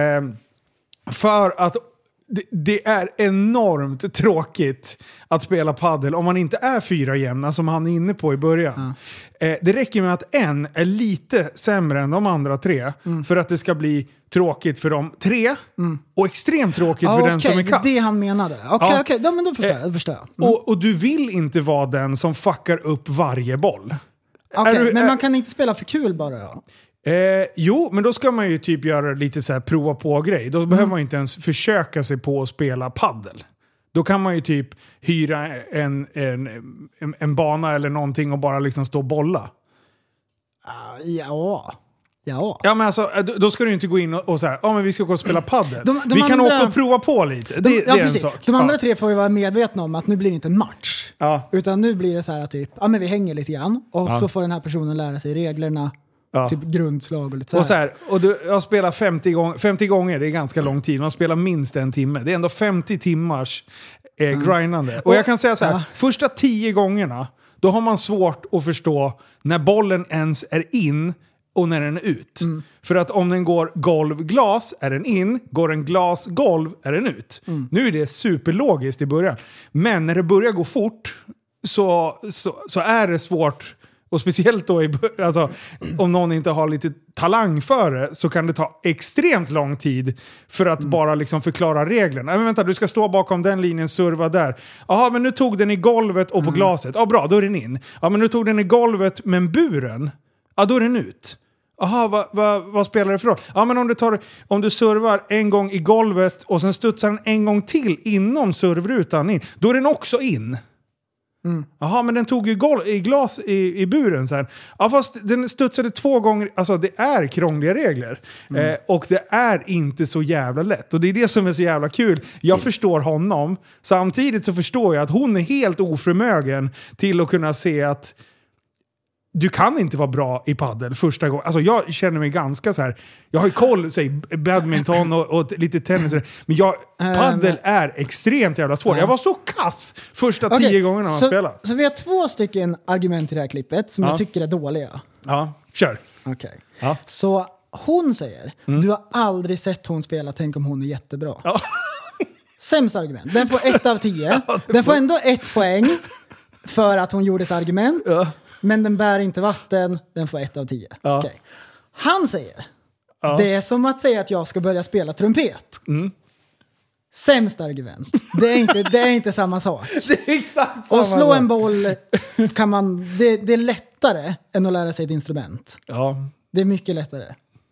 För att det är enormt tråkigt att spela paddel om man inte är 4 jämna som han är inne på i början. Det räcker med att en är lite sämre än de andra 3 för att det ska bli tråkigt för de 3 och extremt tråkigt för den som är kass.
Det är det han menade. Okej, men då förstår jag.
Och du vill inte vara den som fuckar upp varje boll.
Men man kan inte spela för kul bara. Ja.
Jo, men då ska man ju typ göra lite så här prova på grej. Då behöver man inte ens försöka sig på att spela paddel. Då kan man ju typ hyra en bana eller någonting och bara liksom stå och bolla.
Ja.
Ja, men alltså, då ska du inte gå in och säga, men vi ska gå och spela paddel. Vi kan åka och prova på lite. Det är en sak.
De andra 3 får ju vara medvetna om att nu blir det inte en match.
Ja.
Utan nu blir det så här typ, men vi hänger lite grann. Och så får den här personen lära sig reglerna. Ja. Typ grundslag och lite så här. Och jag spelar 50 gånger, det är ganska lång tid. Man spelar minst 1 timme. Det är ändå 50 timmars grindande. Och jag kan säga så här, första 10 gångerna, då har man svårt att förstå när bollen ens är in och när den är ut. För att om den går golv-glas är den in, går den glas-golv är den ut. Nu är det superlogiskt i början. Men när det börjar gå fort så är det svårt
Och speciellt då alltså, om någon inte har lite talang för det, så kan det ta extremt lång tid för att bara liksom förklara reglerna. Men vänta, du ska stå bakom den linjen, serva där. Jaha, men nu tog den i golvet och på glaset. Ja, bra, då är den in. Ja, men nu tog den i golvet med buren. Ja, då är den ut. Jaha, vad spelar det för roll? Ja, men om du servar en gång i golvet och sen studsar den en gång till inom servrutan in, då är den också in. Jaha, men den tog ju i glas i buren sen. Ja, fast den studsade 2 gånger. Alltså det är krångliga regler. Och det är inte så jävla lätt. Och det är det som är så jävla kul. Jag förstår honom. Samtidigt så förstår jag att hon är helt oförmögen till att kunna se att du kan inte vara bra i paddel första gången. Alltså jag känner mig ganska så här. Jag har ju koll, säg badminton och lite tennis. Men paddel är extremt jävla svårt. Jag var så kass första 10 gångerna man spelade.
Så vi har 2 stycken argument i det här klippet som jag tycker är dåliga.
Ja, kör.
Okej.
Ja.
Så hon säger, du har aldrig sett hon spela, tänk om hon är jättebra.
Ja.
Sämsta argument. Den får 1 av 10. Den får ändå 1 poäng för att hon gjorde ett argument.
Ja.
Men den bär inte vatten, den får 1 av 10.
Ja.
Okay. Han säger, det är som att säga att jag ska börja spela trumpet. Sämsta argument. Det är inte samma sak.
Det är exakt samma
och slå
sak.
En boll kan man, det är lättare än att lära sig ett instrument.
Ja.
Det är mycket lättare.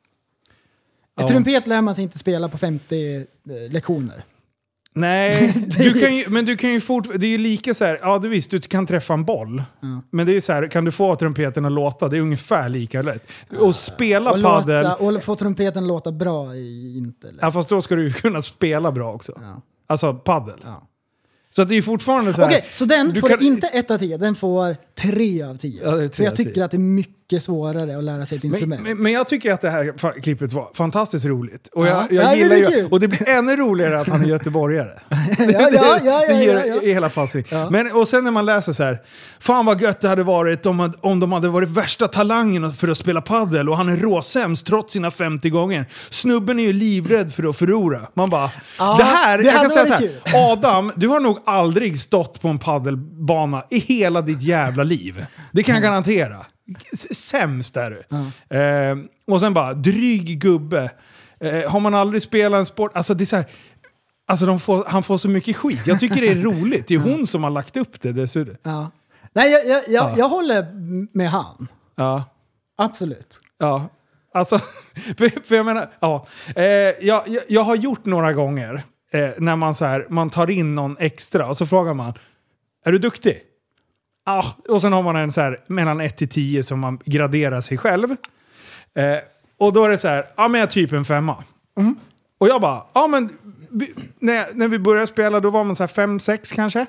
Trumpet lär man sig inte spela på 50 lektioner.
Nej, du kan ju det är ju lika så här, ja du visst, du kan träffa en boll. Men det är så här, kan du få trumpeten att låta, det är ungefär lika lätt. Och spela paddel.
Och få trumpeten låta bra är inte lätt.
Ja, fast då ska du ju kunna spela bra också.
Ja.
Alltså paddel. Ja. Så att det är fortfarande så här.
Okej, så den får inte 1 av 10, den får 3 av 10.
Ja,
för jag tycker att det är mycket svårare att lära sig ett instrument.
Men jag tycker att det här klippet var fantastiskt roligt. Och jag gillar ju, och det blir ännu roligare att han är göteborgare. Det ger hela fasen. Ja. Men och sen när man läser så här, fan vad gött det hade varit om de hade varit värsta talangen för att spela paddel och han är råsämst trots sina 50 gånger. Snubben är ju livrädd för att förlora. Man bara, det här, jag kan säga så här, Adam, du har nog aldrig stått på en paddelbana i hela ditt jävla liv. Det kan jag garantera. Sämst är du. Och sen bara, dryg gubbe. Har man aldrig spelat en sport, alltså det är så här, alltså han får så mycket skit. Jag tycker det är roligt. Det är hon som har lagt upp det dessutom. Ja.
Nej, jag håller med han.
Ja.
Absolut.
Ja. Alltså, för jag menar, jag har gjort några gånger när man så här, man tar in någon extra och så frågar man, är du duktig? Ja, och sen har man en så här mellan 1 till 10 som man graderar sig själv. Och då är det så här, ja men jag är typ en 5. Och jag bara, ja men när vi började spela då var man så här 5-6 kanske.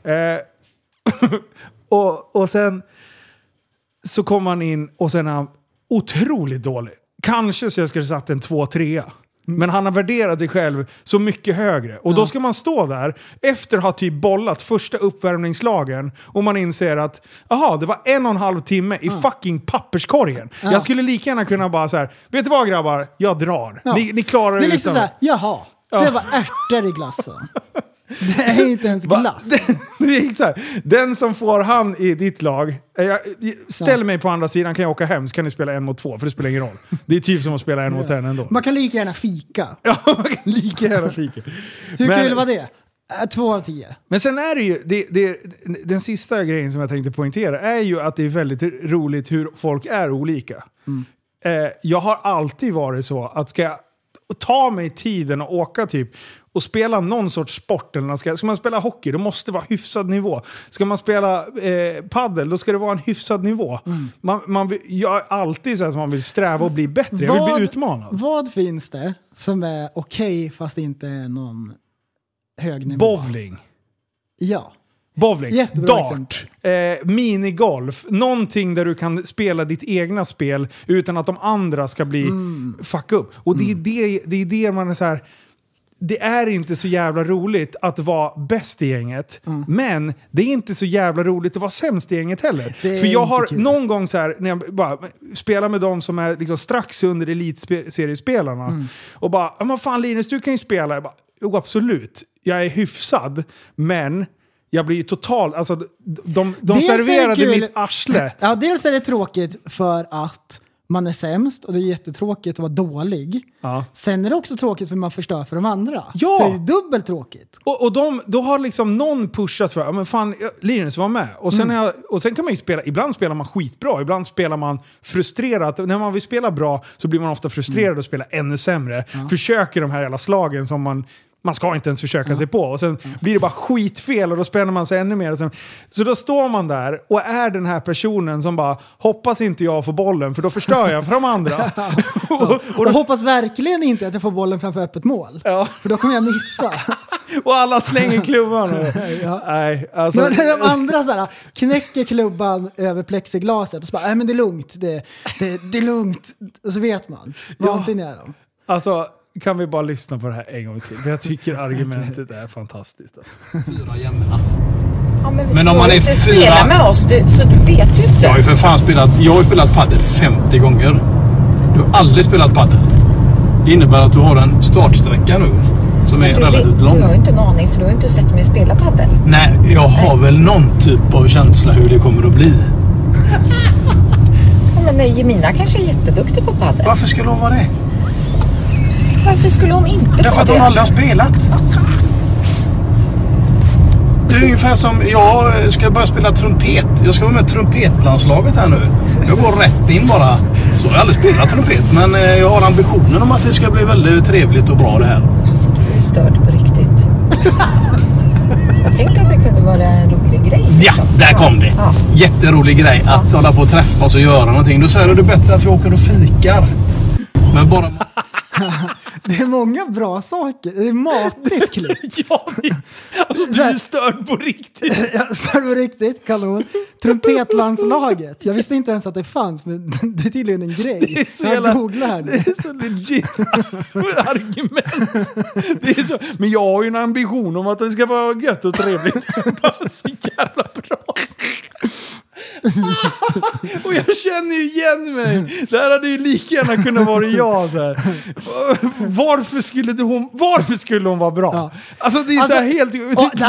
Och sen så kom man in och sen är han otroligt dålig. Kanske så jag skulle satt en 2-3. Men han har värderat sig själv så mycket högre. Och då ska man stå där efter att ha typ bollat första uppvärmningslagen och man inser att det var 1,5 timme i fucking papperskorgen. Jag skulle lika gärna kunna bara så här, vet du vad grabbar? Jag drar. Ni klarar det.
Det är liksom så här, jaha, det var ärtor i glassen. Det är inte ens glass.
Det är så här, den som får han i ditt lag, ställ mig på andra sidan, kan jag åka hem så kan ni spela 1 mot 2, för det spelar ingen roll. Det är typ som att spela 1 mot 1 ändå.
Man kan lika gärna fika.
Ja, man kan lika gärna fika.
Hur kul var det? 2 av 10.
Men sen är det ju, den sista grejen som jag tänkte poängtera är ju att det är väldigt roligt hur folk är olika. Jag har alltid varit så att ska jag ta mig tiden och åka typ och spela någon sorts sport eller ska man spela hockey, då måste det vara hyfsad nivå. Ska man spela paddel, då ska det vara en hyfsad nivå. Jag är alltid så att man vill sträva och bli bättre. Jag vill bli utmanad.
Vad finns det som är okej fast inte är någon hög nivå?
Bowling.
Ja.
Bowling, dart, minigolf, någonting där du kan spela ditt egna spel utan att de andra ska bli fuck upp. Och det är det man är så här. Det är inte så jävla roligt att vara bäst i gänget, men det är inte så jävla roligt att vara sämst i gänget heller. För jag har någon gång så här, när jag bara spelar med dem som är liksom strax under elitseriespelarna och bara, men fan Linus, du kan ju spela. Jag bara, jo absolut, jag är hyfsad, men jag blir ju totalt... Alltså, de serverade mitt arsle.
Ja, dels är det tråkigt för att man är sämst och det är jättetråkigt att vara dålig. Ja. Sen är det också tråkigt för att man förstör för de andra.
Ja!
Det är dubbelt tråkigt.
Och då har liksom någon pushat för, men fan, Linus var med. Och sen, och sen kan man ju spela, ibland spelar man skitbra, ibland spelar man frustrerat. När man vill spela bra så blir man ofta frustrerad och spelar ännu sämre. Ja. Försöker de här jävla slagen som man ska inte ens försöka sig på. Och sen blir det bara skitfel och då spänner man sig ännu mer. Och sen, så då står man där och är den här personen som bara hoppas inte jag får bollen för då förstör jag för de andra.
och då hoppas verkligen inte att jag får bollen framför öppet mål. Ja. För då kommer jag missa.
Och alla slänger klubban. Nej, alltså.
Men de andra så här, knäcker klubban över plexiglaset och så bara, nej men det är lugnt. Det är lugnt. Och så vet man. Vansinniga är de.
Alltså, kan vi bara lyssna på det här en gång till? För jag tycker argumentet är fantastiskt.
4 jämmerna.
Ja,
men om man är 4...
Spela med oss, så du vet ju inte.
Jag har ju för fan spelat padel 50 gånger. Du har aldrig spelat padel. Det innebär att du har en startsträcka nu som är relativt lång.
Du har ju inte en aning för du har inte sett mig spela padel.
Nej, jag har väl någon typ av känsla hur det kommer att bli.
Ja, men Jemina kanske är jätteduktig på padel.
Varför skulle hon vara det?
Varför skulle hon inte vara det?
Därför att hon aldrig har spelat. Det är ungefär som jag ska börja spela trumpet. Jag ska vara med trumpetlandslaget här nu. Jag går rätt in bara. Så jag har aldrig spelat trumpet. Men jag har ambitionen om att det ska bli väldigt trevligt och bra det här.
Alltså du är ju störd på riktigt. Jag tänkte att det kunde vara en rolig grej.
Ja, där kom det. Ja. Jätterolig grej att hålla på och träffas och göra någonting. Då säger du det är bättre att vi åker och fikar. Men bara...
Det är många bra saker. Det är matigt klipp.
Ja, alltså du är störd på riktigt.
Ja, störd på riktigt, kanon. Trumpetlandslaget. Jag visste inte ens att det fanns, men det är tydligen en grej.
Det är så jävla,
googlar.
Det är så legit argument. Det är så, men jag har ju en ambition om att det ska vara gött och trevligt. Bara så jävla bra. Och jag känner ju igen mig. Det här hade ju lika gärna kunnat vara jag där. Varför skulle hon vara bra? Ja. Alltså det är alltså, så här helt...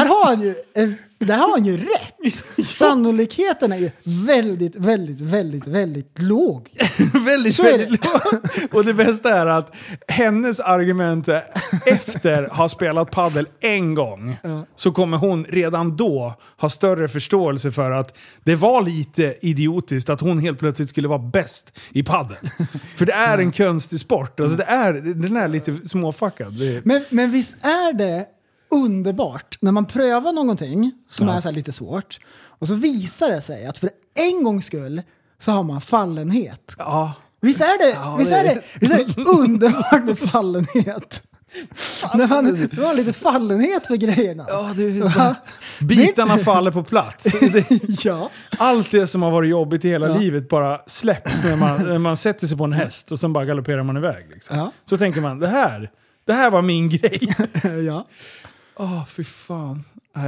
Där har han ju rätt. Sannolikheten är ju väldigt, väldigt, väldigt, väldigt låg.
väldigt låg. Och det bästa är att hennes argument efter ha spelat paddel en gång så kommer hon redan då ha större förståelse för att det var lite idiotiskt att hon helt plötsligt skulle vara bäst i paddel. För det är en konstig sport. Alltså den är lite småfuckad.
Men visst är det underbart när man prövar någonting som är så här lite svårt och så visar det sig att för en gångs skull så har man fallenhet. Ja. Visst är det underbart med fallenhet? När man har lite fallenhet för grejerna.
Ja, bitarna faller på plats.
Ja.
Allt det som har varit jobbigt i hela livet bara släpps när man sätter sig på en häst och sen bara galopperar man iväg. Liksom. Ja. Så tänker man, det här var min grej.
Ja.
Fy fan.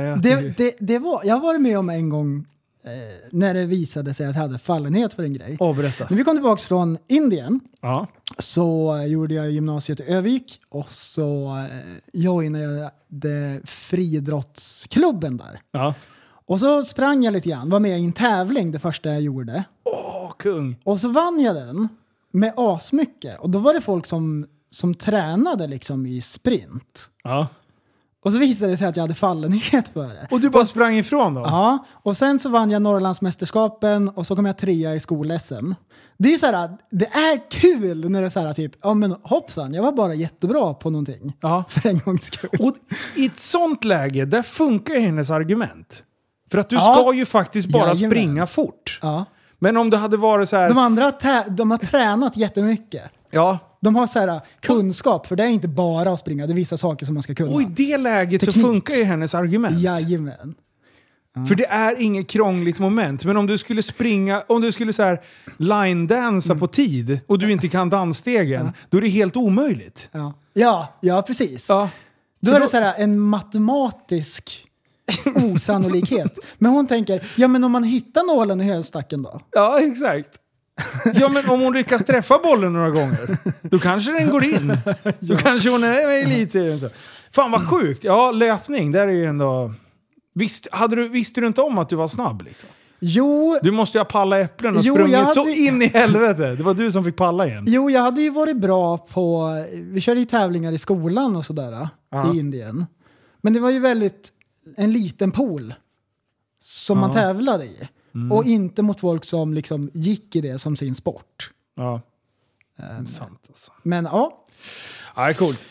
Jag har varit med om en gång när det visade sig att jag hade fallenhet för en grej.
Berätta.
När vi kom tillbaka från Indien så gjorde jag gymnasiet i Övik och så joinade jag friidrottsklubben där. Ja. Och så sprang jag lite grann, var med i en tävling det första jag gjorde.
Kung.
Och så vann jag den med asmycket. Och då var det folk som tränade liksom i sprint. Ja. Och så visade det sig att jag hade fallenhet för det.
Och du bara sprang ifrån då?
Ja, och sen så vann jag Norrlandsmästerskapen och så kom jag 3 i skol-SM. Det är ju så här, det är kul när det är så här typ, ja men hoppsan, jag var bara jättebra på någonting. Ja. För en gångs skull.
Och i ett sånt läge, där funkar hennes argument. För att du ska ju faktiskt bara springa fort. Ja. Men om det hade varit så här...
De andra de har tränat jättemycket. Ja. De har så här kunskap, för det är inte bara att springa, det är vissa saker som man ska kunna.
Och i det läget så funkar ju hennes argument.
Jajamän.
För det är inget krångligt moment. Men om du skulle springa, om du skulle så här line-dansa på tid och du inte kan dansstegen, då är det helt omöjligt.
Ja precis. Ja. Då är det så här en matematisk osannolikhet. Men hon tänker, men om man hittar nålen i hölstacken då?
Ja, exakt. Ja, men om hon lyckas träffa bollen några gånger, då kanske den går in. Då kanske hon är med i elitserien. Fan vad sjukt. Ja, löpning, där är ju ändå... Visste du inte om att du var snabb liksom?
Jo,
Du måste ju ha pallat äpplen och sprungit så in i helvete. Det var du som fick palla igen.
Jo, jag hade ju varit bra på... Vi körde ju tävlingar i skolan och sådär i Indien. Men det var ju väldigt en liten pool som man tävlade i. Och inte mot folk som liksom gick i det som sin sport.
Ja, sant alltså.
Men ja.
Ja, det är coolt.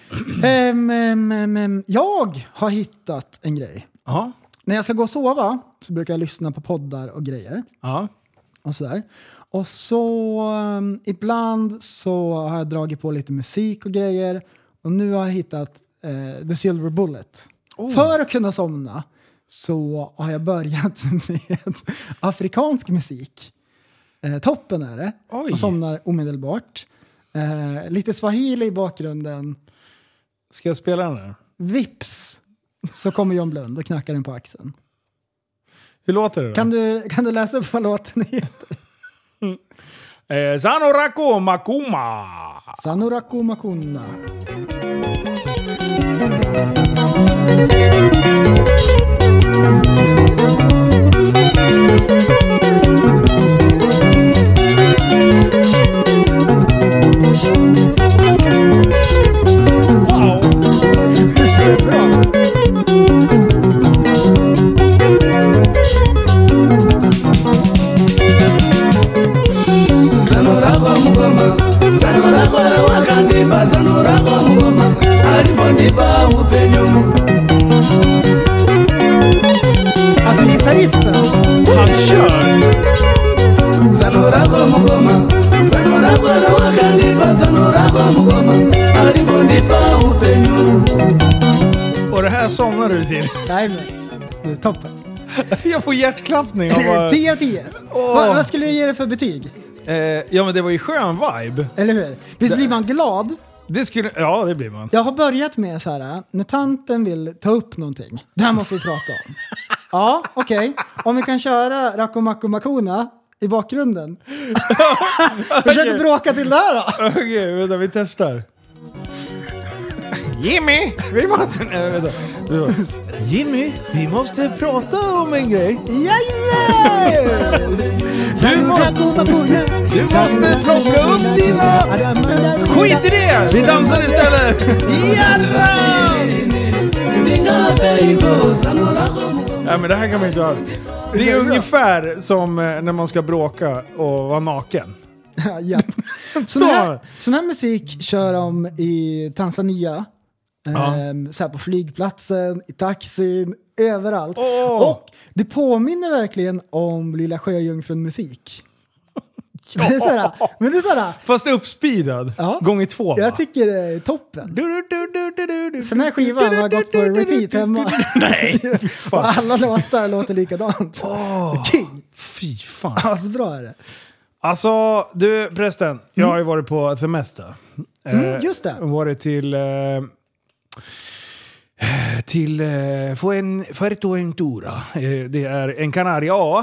Jag har hittat en grej.
Ja.
När jag ska gå och sova så brukar jag lyssna på poddar och grejer.
Ja.
Och sådär. Och så ibland så har jag dragit på lite musik och grejer. Och nu har jag hittat The Silver Bullet. För att kunna somna så har jag börjat med afrikansk musik. Toppen är det.
Oj.
Och somnar omedelbart. Lite swahili i bakgrunden.
Ska jag spela den här?
Vips så kommer John Blund och knackar den på axeln.
Hur låter det då?
Kan du läsa upp vad låten heter?
Sanoraku Makuma.
Sanoraku Makuna.
Wow! Det är bra.
Alltså gitarristen.
Han kör. Och det här somnar du till.
Nej, men det är toppen.
Jag får hjärtklappning av bara...
10 av 10. Vad skulle du ge det för betyg?
Ja, men det var ju skön vibe.
Eller hur? Visst blir man glad?
Ja, det blir man.
Jag har börjat med så här, när tanten vill ta upp någonting. Det här måste vi prata om. Ja, okej. Om vi kan köra Rakomaku Makuna i bakgrunden. Försök bråka till det här då.
Okej, vänta, vi testar. Jimmy, vi måste... Nej, vänta. Jimmy, vi måste prata om en grej.
Jajamän!
Du måste plocka upp dina... Skit i det! Vi dansar istället! Ja, men det här kan man inte ha. Det är ungefär som när man ska bråka och vara naken.
Ja. Sån här musik kör de i Tanzania. Så här på flygplatsen, i taxin, överallt. Och det påminner verkligen om Lilla Sjöjungfrun musik. Ja. Men det är såhär,
fast uppspeedad. Gånger 2.
Jag tycker det är toppen. Sen här skivan har gått på repeat hemma.
Nej, fan.
Och alla låtar låter likadant. King.
Fy fan.
Alltså bra är det.
Alltså, du prästen, jag har ju varit på The Meta.
Just det.
Varit till Fuerteventura. Det är en Canaria A.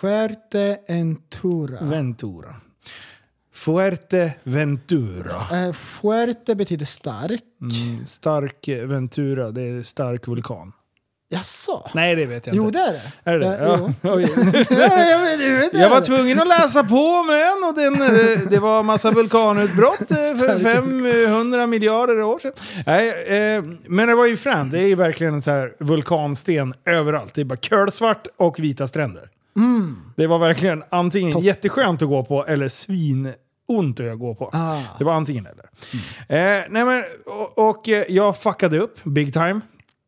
Fuerteventura.
Fuerteventura.
Fuerte betyder stark.
Stark Ventura, det är stark vulkan.
Jaså?
Nej, det vet jag inte.
Jo, det är det.
Är det? Ja.
Jag
var tvungen att läsa på med och det var massa vulkanutbrott för 500 miljarder år sedan. Nej, men det var ju fränt. Det är ju verkligen en så här vulkansten överallt. Det är bara kölsvart och vita stränder. Det var verkligen antingen jätteskönt att gå på eller ont att gå på. Det var antingen eller. Nej, men, och jag fuckade upp big time.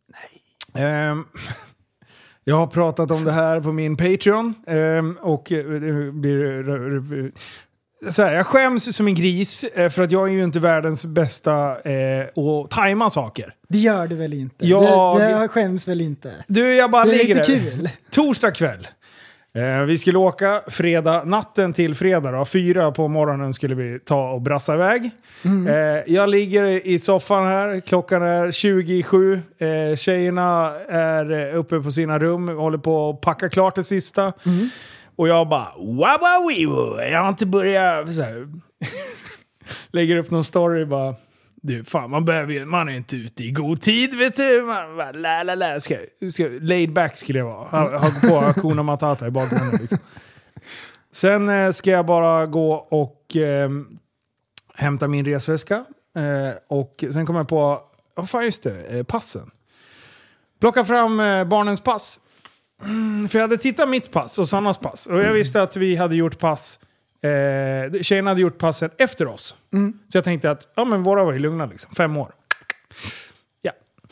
Jag har pratat om det här på min Patreon och det blir så här, jag skäms som en gris för att jag är ju inte världens bästa att tajma saker.
Det gör du väl inte? Det skäms väl inte?
Du, jag bara
det är
ligger
lite
där.
Kul.
Torsdag kväll. Vi skulle åka natten till fredag då. 4 på morgonen skulle vi ta och brassa iväg. Jag ligger i soffan här. Klockan är 27. Tjejerna är uppe på sina rum. Håller på att packa klart det sista. Och jag bara... Jag har inte börjat... Så här, lägger upp någon story bara... Du, fan, man är inte ute i god tid, vet du. Man bara, ska laid back skulle jag vara. Ha på Hakuna Matata i bakgrunden. Liksom. Sen ska jag bara gå och hämta min resväska. Och sen kommer jag på, just det, passen. Plocka fram barnens pass. För jag hade tittat mitt pass och Sannas pass. Och jag visste att vi hade gjort pass. Tjejerna hade gjort passen efter oss. Så jag tänkte att men våra var ju lugna liksom. 5 år. Ja.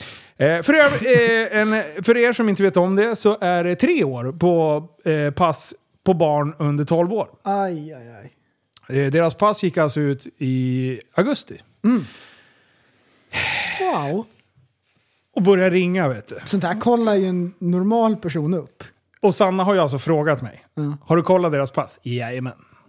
För er som inte vet om det så är det 3 år på pass på barn under 12 år.
Aj.
Deras pass gick alltså ut i augusti.
Wow.
Och började ringa, vet du.
Sånt här kollar ju en normal person upp.
Och Sanna har ju alltså frågat mig. Har du kollat deras pass? Jajamän.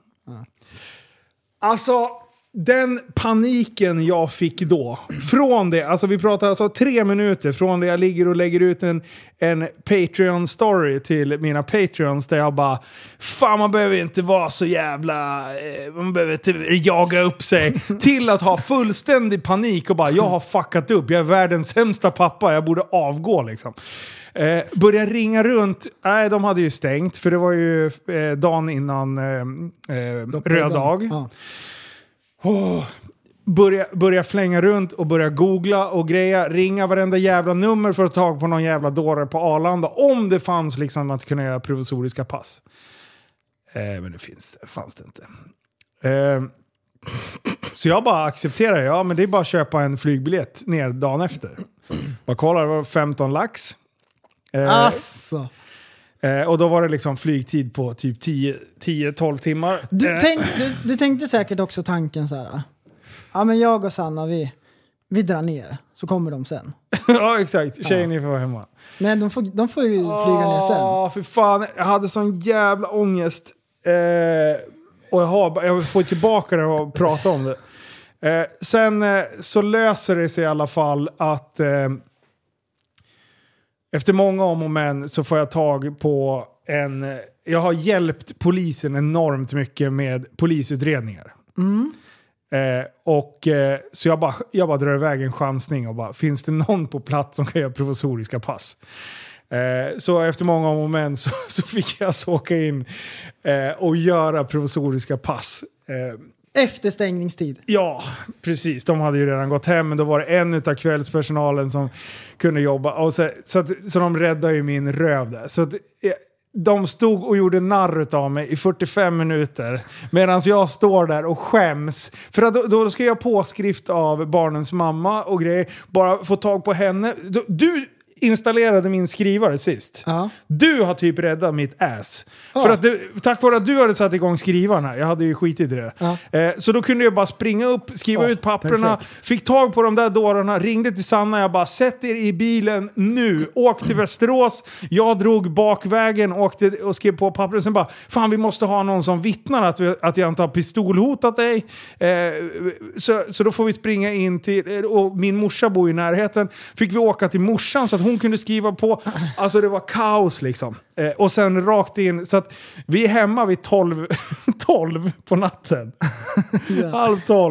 Alltså, den paniken jag fick då. Från det, alltså vi pratar alltså 3 minuter från det jag ligger och lägger ut en Patreon-story till mina Patreons där jag bara, fan man behöver inte vara så jävla, man behöver inte jaga upp sig, till att ha fullständig panik och bara, jag har fuckat upp, jag är världens sämsta pappa, jag borde avgå liksom. Började ringa runt. Nej, de hade ju stängt. För det var ju dagen innan röd dag. Ja. Börja flänga runt och börja googla och greja. Ringa varenda jävla nummer för att ta tag på någon jävla dåre på Arlanda. Om det fanns liksom att kunna göra provisoriska pass. Men det fanns det inte. Så jag bara accepterar. Ja, men det är bara att köpa en flygbiljett ner dagen efter. Bara kolla, det var 15 lax.
Asså.
Och då var det liksom flygtid på typ 10-12 timmar.
Du tänkte säkert också tanken så här. Ja, men jag och Sanna, vi drar ner. Så kommer de sen.
Ja, exakt. Tjejen får vara hemma.
Nej, de får ju flyga ner sen.
Ja, för fan. Jag hade sån jävla ångest. Och jag får tillbaka det och prata om det. Sen så löser det sig i alla fall att... Efter många om och men så får jag tag på jag har hjälpt polisen enormt mycket med polisutredningar. Så jag bara drar iväg en chansning och bara, finns det någon på plats som kan göra provisoriska pass? Så efter många om och men så fick jag så åka in och göra provisoriska pass.
Efter stängningstid.
Ja, precis. De hade ju redan gått hem, men då var det en av kvällspersonalen som kunde jobba. Och så de räddade ju min röv där. Så de stod och gjorde narr av mig i 45 minuter. Medan jag står där och skäms. För att då ska jag påskrift av barnens mamma och grejer. Bara få tag på henne. Du installerade min skrivare sist. Ja. Du har typ räddat mitt ass. Ja. För att tack vare att du hade satt igång skrivarna. Jag hade ju skitit i det. Ja. Så då kunde jag bara springa upp, skriva ut papperna. Perfekt. Fick tag på de där dårarna. Ringde till Sanna. Jag bara, sätt er i bilen nu. Åk till Västerås. Jag drog bakvägen. Åkte och skrev på papper. Sen bara, fan vi måste ha någon som vittnar att jag inte har pistolhotat dig. Så då får vi springa in till... Och min morsa bor i närheten. Fick vi åka till morsan så att hon kunde skriva på. Alltså det var kaos liksom. Och sen rakt in. Så att vi är hemma vid 12 på natten. Ja.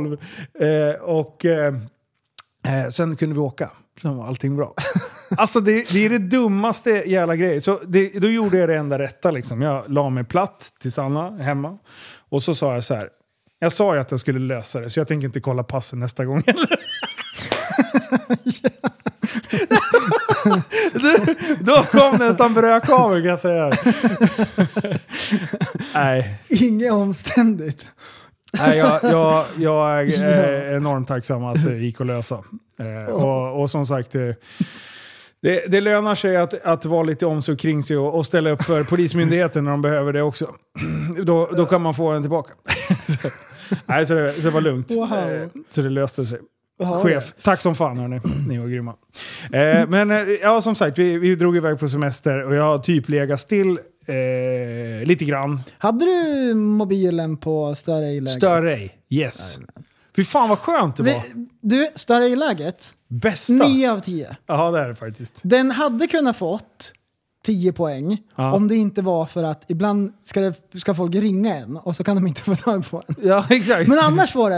11:30. Sen kunde vi åka. Sen var allting bra. Alltså det är det dummaste jävla grejen. Så då gjorde jag det enda rätta liksom. Jag la mig platt till Sanna hemma. Och så sa jag så här. Jag sa ju att jag skulle lösa det. Så jag tänker inte kolla passen nästa gång heller. Då kom nästan brödkavel kan jag säga. Nej.
Inget omständigt.
Nej, jag är enormt tacksam att det gick att lösa. Och som sagt, det lönar sig att vara lite omsorg kring sig och ställa upp för polismyndigheten när de behöver det också. Då kan man få den tillbaka. Nej, så det var lugnt. Wow. Så det löste sig. Chef, tack som fan hörni. Ni var grymma. Men ja, som sagt, vi drog iväg på semester och jag har typ legat still lite grann.
Hade du mobilen på Större-läget?
Större, yes. Fy fan vad skönt det var.
Du, Större-läget?
Bästa.
9 av 10.
Ja, det är det faktiskt.
Den hade kunnat fått 10 poäng om det inte var för att ibland ska folk ringa en och så kan de inte få tag på en.
Ja, exakt.
Men annars får den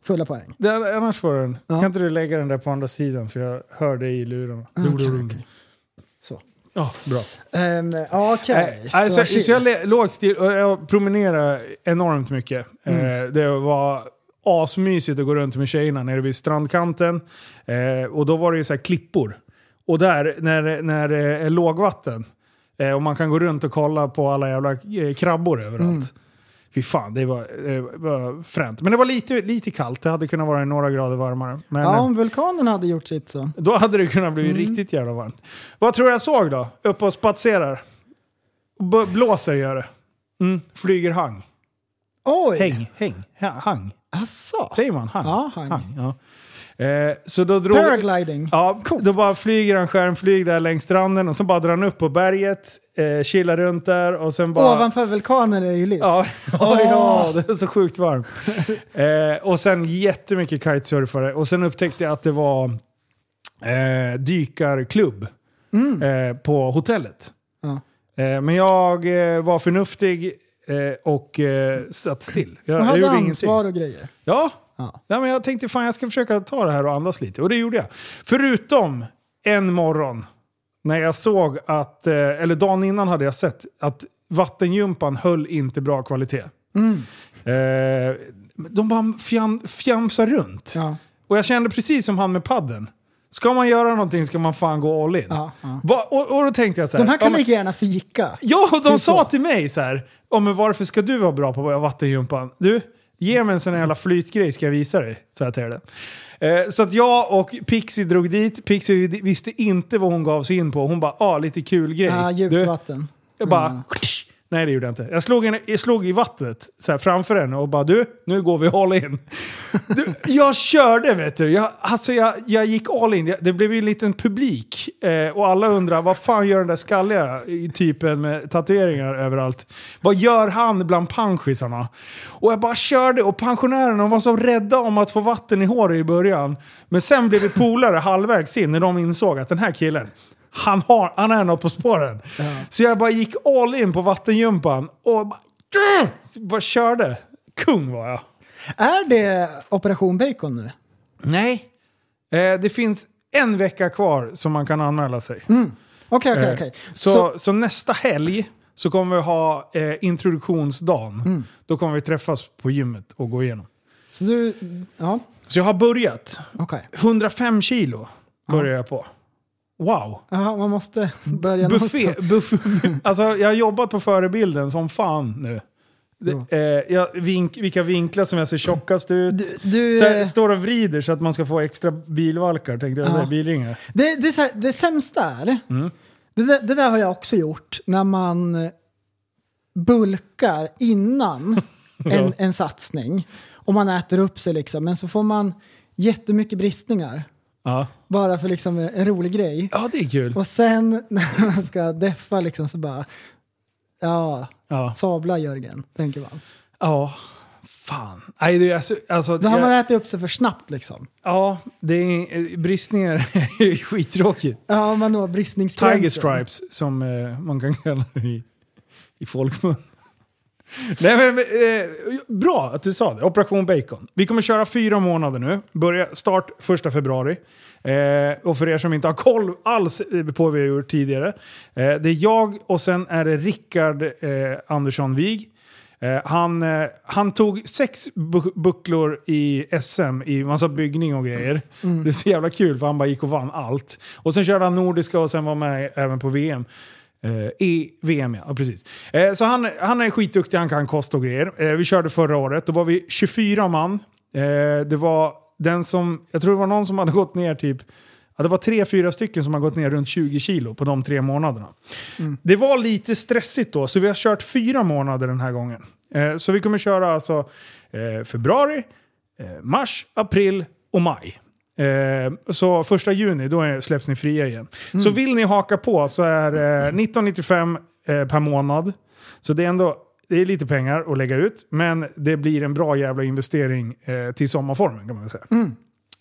fulla poäng.
Annars får den.
Ja.
Kan inte du lägga den där på andra sidan? För jag hör dig i lurarna.
Okay. Så.
Ja, bra.
Okej.
Så jag låg still och jag promenerade enormt mycket. Det var asmysigt att gå runt med tjejerna nere vid strandkanten. Och då var det ju så här klippor. Och där, när det är lågvatten och man kan gå runt och kolla på alla jävla krabbor överallt. Fy fan, det var fränt. Men det var lite kallt. Det hade kunnat vara några grader varmare. Men,
om vulkanen hade gjort sitt så.
Då hade det kunnat bli riktigt jävla varmt. Vad tror jag såg då? Uppe och spatserar. Blåser gör det. Flyger hang.
Oj!
Hang.
Asså?
Säger man hang?
Ja, hang.
Ja. Så då drog...
Paragliding.
Ja, då bara flyger han skärmflyg där längs stranden och så bara drar han upp på berget, chillar runt där och sen bara...
Ovanför vulkanen är det ju lift.
Ja, det är så sjukt varmt. Och sen jättemycket kitesurfare och sen upptäckte jag att det var dykarklubb på hotellet.
Ja.
Men jag var förnuftig och satt still. Jag
hade
gjorde
ansvar
ingenting.
och grejer.
Ja.
Ja.
Ja, men jag tänkte fan jag ska försöka ta det här och andas lite. Och det gjorde jag. Förutom en morgon när jag såg att, eller dagen innan hade jag sett att vattenjumpan höll inte bra kvalitet. De bara fjamsar runt.
Ja.
Och jag kände precis som han med padden. Ska man göra någonting ska man fan gå all in.
Ja.
Och då tänkte jag så här.
De här kan lika gärna fika.
Ja, och de
Typ
sa
så.
till mig så här. Men varför ska du vara bra på vattenjumpan? Du, ge mig en sån här jävla flytgrej ska jag visa dig. Så jag till det. Så att jag och Pixie drog dit. Pixie visste inte vad hon gav sig in på. Hon bara, lite kul grej.
Ja, djupt vatten.
Jag bara, nej det gjorde jag inte. Jag slog i vattnet så här, framför henne och bara, nu går vi all in. Jag körde, vet du. Jag gick all in. Det blev ju en liten publik. Och alla undrar, vad fan gör den där skalliga typen med tatueringar överallt? Vad gör han bland panschisarna? Och jag bara körde och pensionärerna var så rädda om att få vatten i håret i början. Men sen blev vi polare halvvägs in när de insåg att den här killen, han är något på spåren. Ja. Så jag bara gick all in på vattenjumpan och bara körde. Kung var jag. Är
det Operation Bacon nu?
Nej. Det finns en vecka kvar som man kan anmäla sig.
Okej.
Så nästa helg så kommer vi ha introduktionsdagen. Då kommer vi träffas på gymmet och gå igenom. Så jag har börjat. 105 kilo börjar jag på. Wow.
Ja, man måste börja
buffé. Alltså jag har jobbat på förebilden som fan nu. Vilka vinklar som jag ser tjockast ut. Så står och vrider så att man ska få extra bilvalkar, tänkte jag säga, bilringar.
Det sämsta är, det där har jag också gjort, när man bulkar innan en satsning och man äter upp sig liksom, men så får man jättemycket bristningar. Ja. Bara för liksom en rolig grej.
Ja, det är kul.
Och sen när man ska deffa liksom så bara sabla Jörgen, tänker man.
Ja, fan. Nej, det är alltså,
då har man ätit upp sig för snabbt liksom.
Ja, det är bristningar är skittråkigt.
Ja, man har bristningsgränser.
Tiger stripes som man kan kalla det i folkmun. Nej, men, bra att du sa det. Operation Bacon. Vi kommer köra 4 månader nu. Start 1 februari. Och för er som inte har koll alls på vad vi har gjort tidigare. Det är jag och sen är det Rickard Andersson Wig. Han tog 6 bucklor i SM i massa byggning och grejer. Det är så jävla kul för han bara gick och vann allt. Och sen körde han nordiska och sen var med även på VM. I VM, ja, precis. Så han är skitduktig, han kan kost och grejer. Vi körde förra året, då var vi 24 man. Det var den som, jag tror det var någon som hade gått ner typ, det var 3-4 stycken som har gått ner runt 20 kilo på de 3 månaderna. Det var lite stressigt då, så vi har kört 4 månader den här gången. Så vi kommer köra alltså februari, mars, april och maj. Så 1 juni då släpps ni fria igen. Så vill ni haka på så är 1995 per månad. Så det är lite pengar att lägga ut, men det blir en bra jävla investering till sommarformen kan man säga.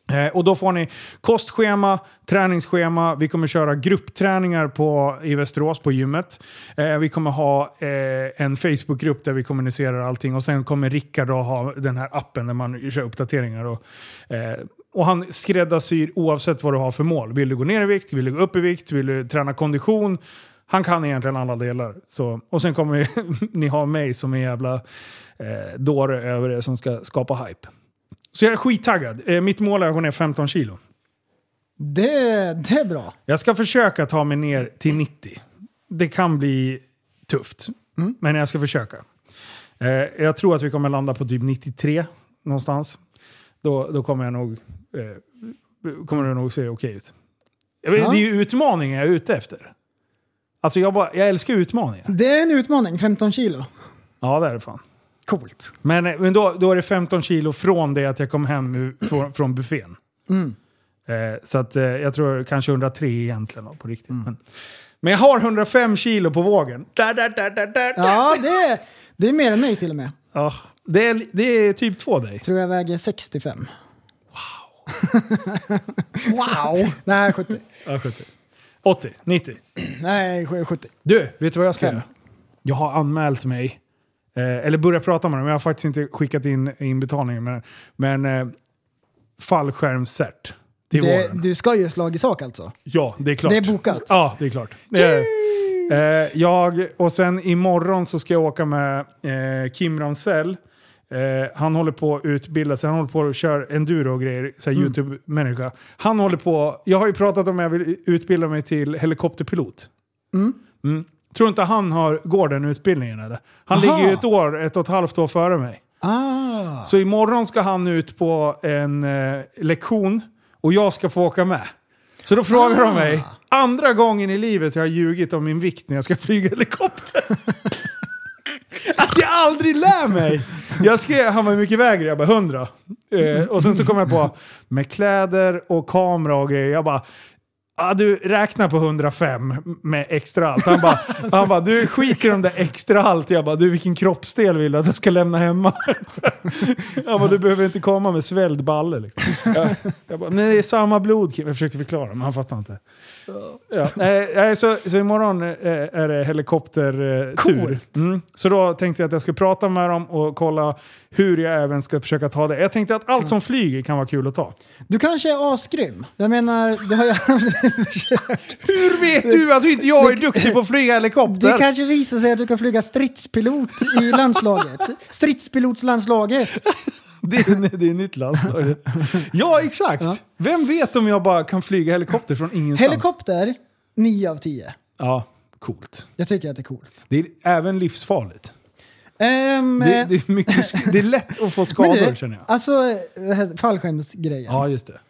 Och då får ni kostschema, träningsschema. Vi kommer köra gruppträningar i Västerås på gymmet. Vi kommer ha en Facebookgrupp där vi kommunicerar allting. Och sen kommer Rickard att ha den här appen där man kör uppdateringar. Och han skräddarsyr oavsett vad du har för mål. Vill du gå ner i vikt? Vill du gå upp i vikt? Vill du träna kondition? Han kan egentligen alla delar. Så, och sen kommer ni ha mig som en jävla dåre över det som ska skapa hype. Så jag är skittaggad. Mitt mål är att gå ner 15 kilo.
Det är bra.
Jag ska försöka ta mig ner till 90. Det kan bli tufft. Men jag ska försöka. Jag tror att vi kommer landa på typ 93 någonstans. Då kommer jag nog kommer det nog se okej ut. Det är ju utmaningen jag är ute efter. Alltså jag älskar utmaningar.
Det är en utmaning, 15 kilo.
Ja, det är det fan.
Coolt.
Men då är det 15 kilo från det att jag kom hem från buffén. Så att jag tror kanske 103 egentligen på riktigt. Men jag har 105 kilo på vågen.
Ja, det är mer än mig till och med.
Ja, det är typ 2 dig.
Tror jag väger 65.
Wow!
Nej, 70.
Ja, 70. 80, 90.
Nej, 70.
Du, vet du vad jag ska göra? Jag har anmält mig. Eller börjat prata med dem. Jag har faktiskt inte skickat in inbetalningen. Men fallskärmscert till våren.
Du ska ju slag i sak alltså?
Ja, det är klart.
Det är bokat?
Ja, det är klart. Och sen imorgon så ska jag åka med Kim Ramsell. Han håller på att utbilda sig. Han håller på att köra enduro och grejer. Så här YouTube-människa. Han håller på... Jag har ju pratat om att jag vill utbilda mig till helikopterpilot. Tror inte han går den utbildningen eller? Han ligger ju 1,5 år före mig. Så imorgon ska han ut på en lektion och jag ska få åka med. Så då frågar de mig, andra gången i livet jag har ljugit om min vikt när jag ska flyga helikopter. Att jag aldrig lär mig. Jag skrev, han var mycket vägre, jag bara 100. Och sen så kom jag på med kläder och kamera och grejer. Jag bara, du räknar på 105 med extra allt. Han bara, du skiter om det extra allt. Jag bara, du vilken kroppsdel vill du att jag ska lämna hemma? Han bara, du behöver inte komma med svälld balle. Liksom. Jag bara, nej det är samma blod. Jag försökte förklara, men han fattar inte. Ja. Så imorgon är det helikoptertur. Så då tänkte jag att jag ska prata med dem och kolla hur jag även ska försöka ta det. Jag tänkte att allt som flyger kan vara kul att ta. Du
kanske är asgrym. Jag menar, du har ju aldrig försökt.
Hur vet du att inte jag är duktig på att flyga helikopter?
Det kanske visar sig att du kan flyga stridspilot i landslaget. Stridspilotslandslaget.
Det är nytt landslag. Ja, exakt. Ja. Vem vet om jag bara kan flyga helikopter från ingenstans?
Helikopter, 9 av 10.
Ja, coolt.
Jag tycker att det är coolt.
Det är även livsfarligt. Det är lätt att få skador, känner jag.
Alltså, fallskärmsgrejen.
Ja, just det.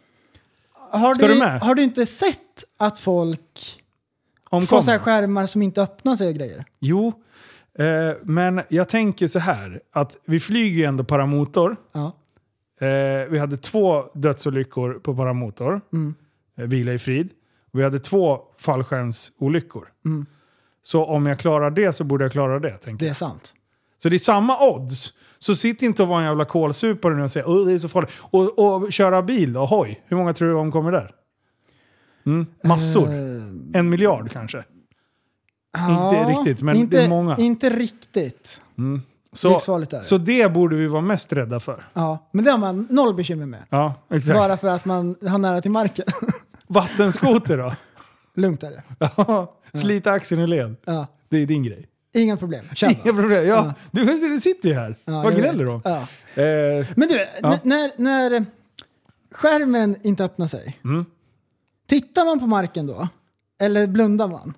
Har du inte sett att folk får så här skärmar som inte öppnar sig och grejer?
Jo, men jag tänker så här. Att vi flyger ju ändå paramotor.
Ja.
Vi hade 2 dödsolyckor på paramotor. Vila i frid. Vi hade 2 fallskärmsolyckor. Så om jag klarar det så borde jag klara det, tänker jag.
Det är sant.
Så det är samma odds. Så sitt inte och vara en jävla kolsupare nu och säga det är så farligt. Och köra bil och hoj. Hur många tror du omkommer där? Massor. 1 miljard kanske. Inte riktigt, men det är många.
Inte riktigt.
Så det borde vi vara mest rädda för.
Ja, men det har man 0 bekymmer med.
Ja, exakt.
Bara för att man har nära till marken.
Vattenskoter då?
Lugnt är det.
Slita axeln i led.
Ja.
Det är din grej.
Inga problem.
Inga problem. Ja. Du sitter ju här. Vad gnäller du om?
Ja. Men du, när skärmen inte öppnar sig. Tittar man på marken då? Eller blundar man?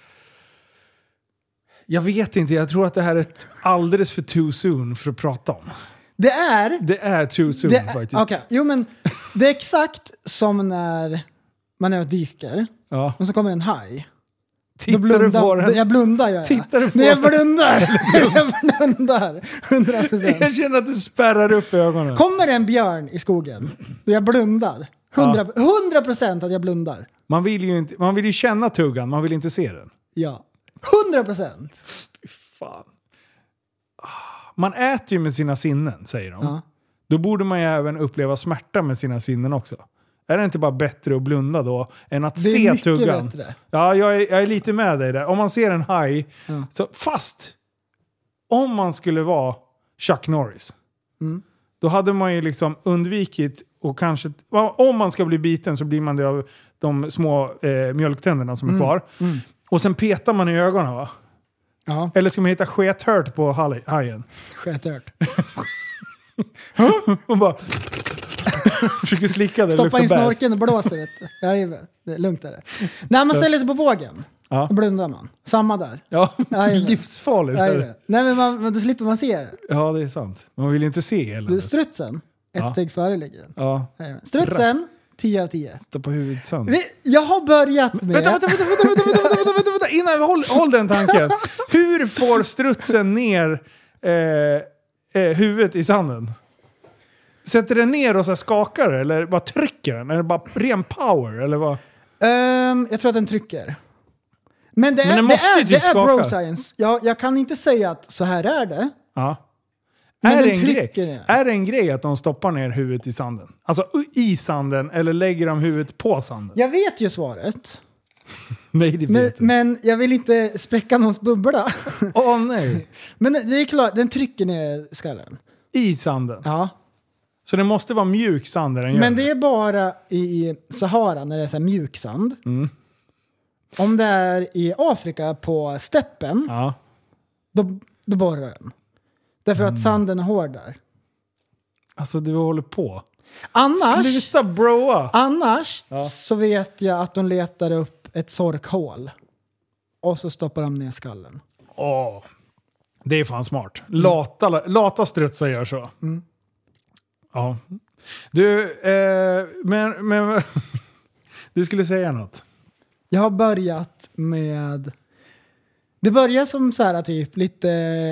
Jag vet inte. Jag tror att det här är alldeles för too soon för att prata om.
Det är
too soon faktiskt.
Okay. Jo, men det är exakt som när man är och dyker.
Ja.
Och så kommer en haj.
Tittar du på den?
Jag blundar.
Tittar du på
jag blundar. Jag blundar. 100%.
Jag känner att du spärrar upp ögonen.
Kommer en björn i skogen? Jag blundar. 100% att jag blundar.
Man vill ju känna tuggan. Man vill inte se den.
Ja. 100%.
Fy fan. Man äter ju med sina sinnen, säger de. Ja. Då borde man ju även uppleva smärta med sina sinnen också. Är det inte bara bättre att blunda då än att
Det är
se
mycket
tuggan?
bättre.
Ja, jag är lite med dig där. Om man ser en haj, så fast om man skulle vara Chuck Norris, då hade man ju liksom undvikit och kanske, om man ska bli biten så blir man det av de små mjölktänderna som är kvar. Och sen petar man i ögonen, va?
Ja,
Eller ska man hitta skethört på hajen?
skethört.
Och bara försöker slicka det.
Stoppa in
luktar bäst.
snorken och blåser, vet du. Jajamän, det är lugnt är det. När man ställer sig på vågen,
Ja.
då blundar man. Samma där.
Ja,
Jajamän.
livsfarligt. är det.
Jajamän. Nej, men då slipper man se det.
Ja, det är sant. Man vill inte se hela
Du,
det.
strutsen, ett steg före ligger den.
Ja,
Jajamän. Strutsen, 10 av 10.
stå på huvudet sand.
Jag har börjat med...
Vänta. Innan, håll den tanken. Hur får strutsen ner huvudet i sanden? Sätter den ner och så här skakar det, eller bara trycker den? Är det bara ren power? Eller vad?
Jag tror att den trycker. Men det
den
är,
måste ju
det
typ
är bro
skaka.
science. Jag kan inte säga att så här är det.
Ja.
Men
Är
den
det, en grej?
trycker ner.
Är det en grej att de stoppar ner huvudet i sanden? Alltså i sanden, eller lägger de huvudet på sanden?
Jag vet ju svaret.
Nej, det vet
Men,
jag inte.
men jag vill inte spräcka någons bubbla.
Åh nej.
Men det är klart, den trycker ner skallen.
I sanden?
Ja.
Så det måste vara mjuk sand där den gör
Men det är bara i Sahara när det är så här mjuk sand. Om det är i Afrika på steppen,
Ja.
då borrar den. Därför att sanden är hård där.
Alltså du håller på.
Annars
Sluta broa!
så vet jag att de letar upp ett sorkhål. Och så stoppar de ner skallen.
Åh, det är fan smart. Lata strutsar gör så. Ja. Du, men du skulle säga något.
Jag har börjat med... Det börjar som så här typ lite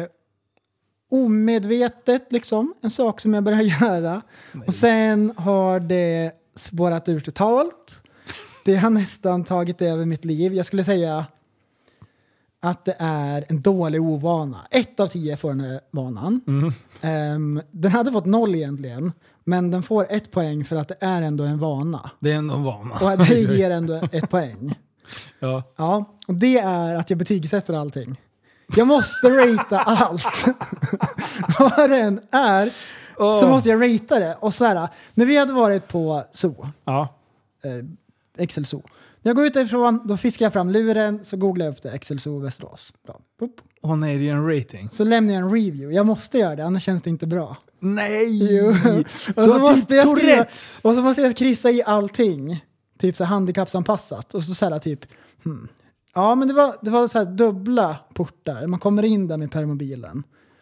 omedvetet liksom. En sak som jag börjar göra. Nej. Och sen har det spårat ur totalt. Det har nästan tagit över mitt liv. Jag skulle säga att det är en dålig ovana. 1 av 10 får den här vanan. Den hade fått 0 egentligen. Men den får 1 poäng för att det är ändå en vana.
Det är ändå en vana.
Och det ger ändå 1 poäng. Ja, och det är att jag betygsätter allting. Jag måste ratea allt. Vad det än är så måste jag ratea det. Och så här, när vi hade varit på zoo, Excel Zoo. När jag går ut därifrån, då fiskar jag fram luren, så googlar jag upp det, Excel Zoo Västerås. Bra.
Åh nej, det är en rating.
Så lämnar jag en review. Jag måste göra det, annars känns det inte bra.
Nej!
Och så måste jag skriva,
Tourettes.
och så måste jag kryssa i allting. Typ så här handikappsanpassat. Och så här typ... Ja, men det var så här dubbla portar. Man kommer in där med permobilen.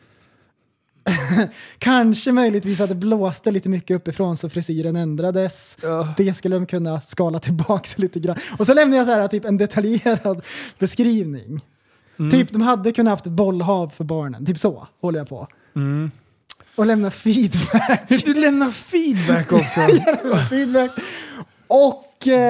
Kanske möjligtvis att det blåste lite mycket uppifrån så frisyren ändrades. Det skulle de kunna skala tillbaka lite grann. Och så lämnar jag så här typ en detaljerad beskrivning. Typ de hade kunnat haft ett bollhav för barnen. Typ så håller jag på. Och lämna feedback.
Du lämnar feedback också.
Feedback. Och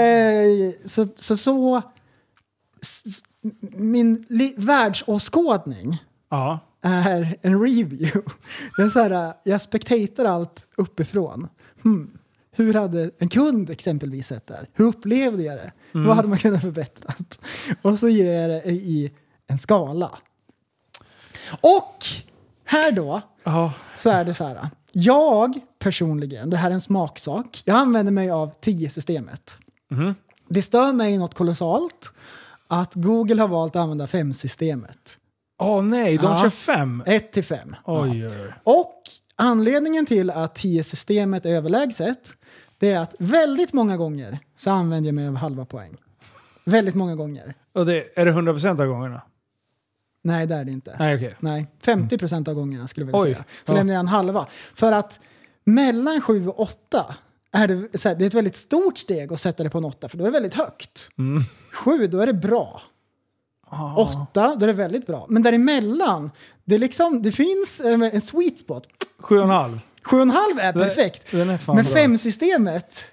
min världsåskådning är en review. Jag spektatar allt uppifrån. Hur hade en kund exempelvis sett där? Hur upplevde jag det? Vad hade man kunnat förbättra? Och så ger jag det i en skala. Och här då så är det så här. Jag personligen, det här är en smaksak. Jag använder mig av 10-systemet. Det stör mig något kolossalt att Google har valt att använda 5-systemet.
Nej, de kör 5.
1-5.
Oj.
Och anledningen till att 10-systemet är överlägset, det är att väldigt många gånger så använder jag mig av halva poäng. Väldigt många gånger.
Och det, är det 100% av gångerna?
Nej, det är det inte.
Nej, okej.
Nej, 50% av gångerna skulle jag vilja säga. Så lämnar jag en halva. För att mellan 7 och 8 är det är ett väldigt stort steg att sätta det på en 8, för då är det väldigt högt. 7, då är det bra. 8, då är det väldigt bra. Men däremellan, det finns en sweet spot.
7,5.
7,5 är perfekt.
Den är fan
men
bra.
5-systemet...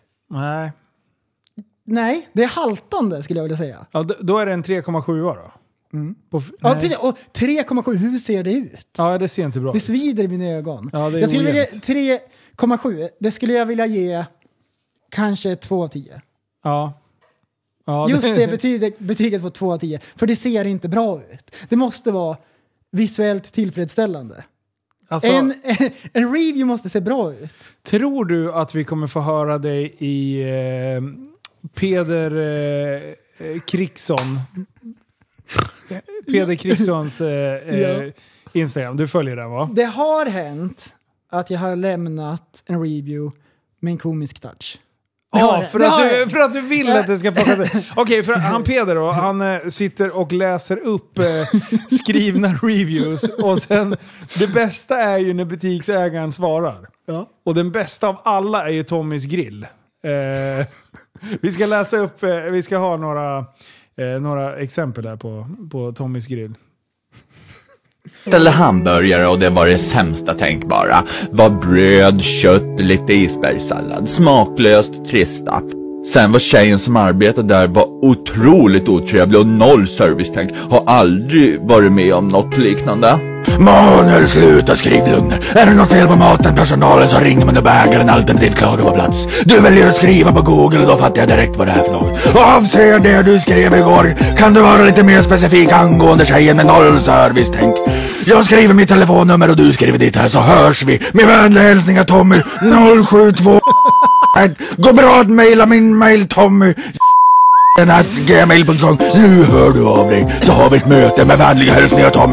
Nej,
det är haltande skulle jag vilja säga.
Ja, då är det en 3,7 då.
Ja, precis. Och 3,7, hur ser det ut?
Ja, det ser inte bra
Det
ut.
svider i mina ögon.
Ja, det är
jag skulle vilja
ojämnt.
3,7. Det skulle jag vilja ge kanske 2 av 10.
Ja.
Just det betyget på 2 av 10. För det ser inte bra ut. Det måste vara visuellt tillfredsställande.
Alltså,
en review måste se bra ut.
Tror du att vi kommer få höra dig i Peder Kriksson? Peder Krikssons Instagram. Du följer den, va?
Det har hänt att jag har lämnat en review med en komisk touch.
Ja, för att du vill att det ska plockas. Okej, för han Peder då, han sitter och läser upp skrivna reviews och sen det bästa är ju när butiksägaren svarar. Ja. Och den bästa av alla är ju Tommys grill. Vi ska läsa upp, vi ska ha några exempel där på Tommys grill.
Eller hamburgare och det var det sämsta tänkbara. Var bröd, kött, lite isbergssallad. Smaklöst, trista. Sen var tjejen som arbetade där var otroligt otrevlig och noll servicetänk. Har aldrig varit med om något liknande. Manuel, sluta skriv lögner. Är det något fel på maten, personalen, så ringer man och bägaren alternativt klagar på plats. Du väljer att skriva på Google och då fattar jag direkt vad det är för något. Avser det du skrev igår. Kan du vara lite mer specifik angående tjejen med noll servicetänk? Jag skriver mitt telefonnummer och du skriver ditt här så hörs vi. Med vänliga hälsningar Tommy 072. Gå bra att mejla min mail Tommy gmail.com. Nu hör du av dig så har vi ett möte med vänliga hälsningar Tommy.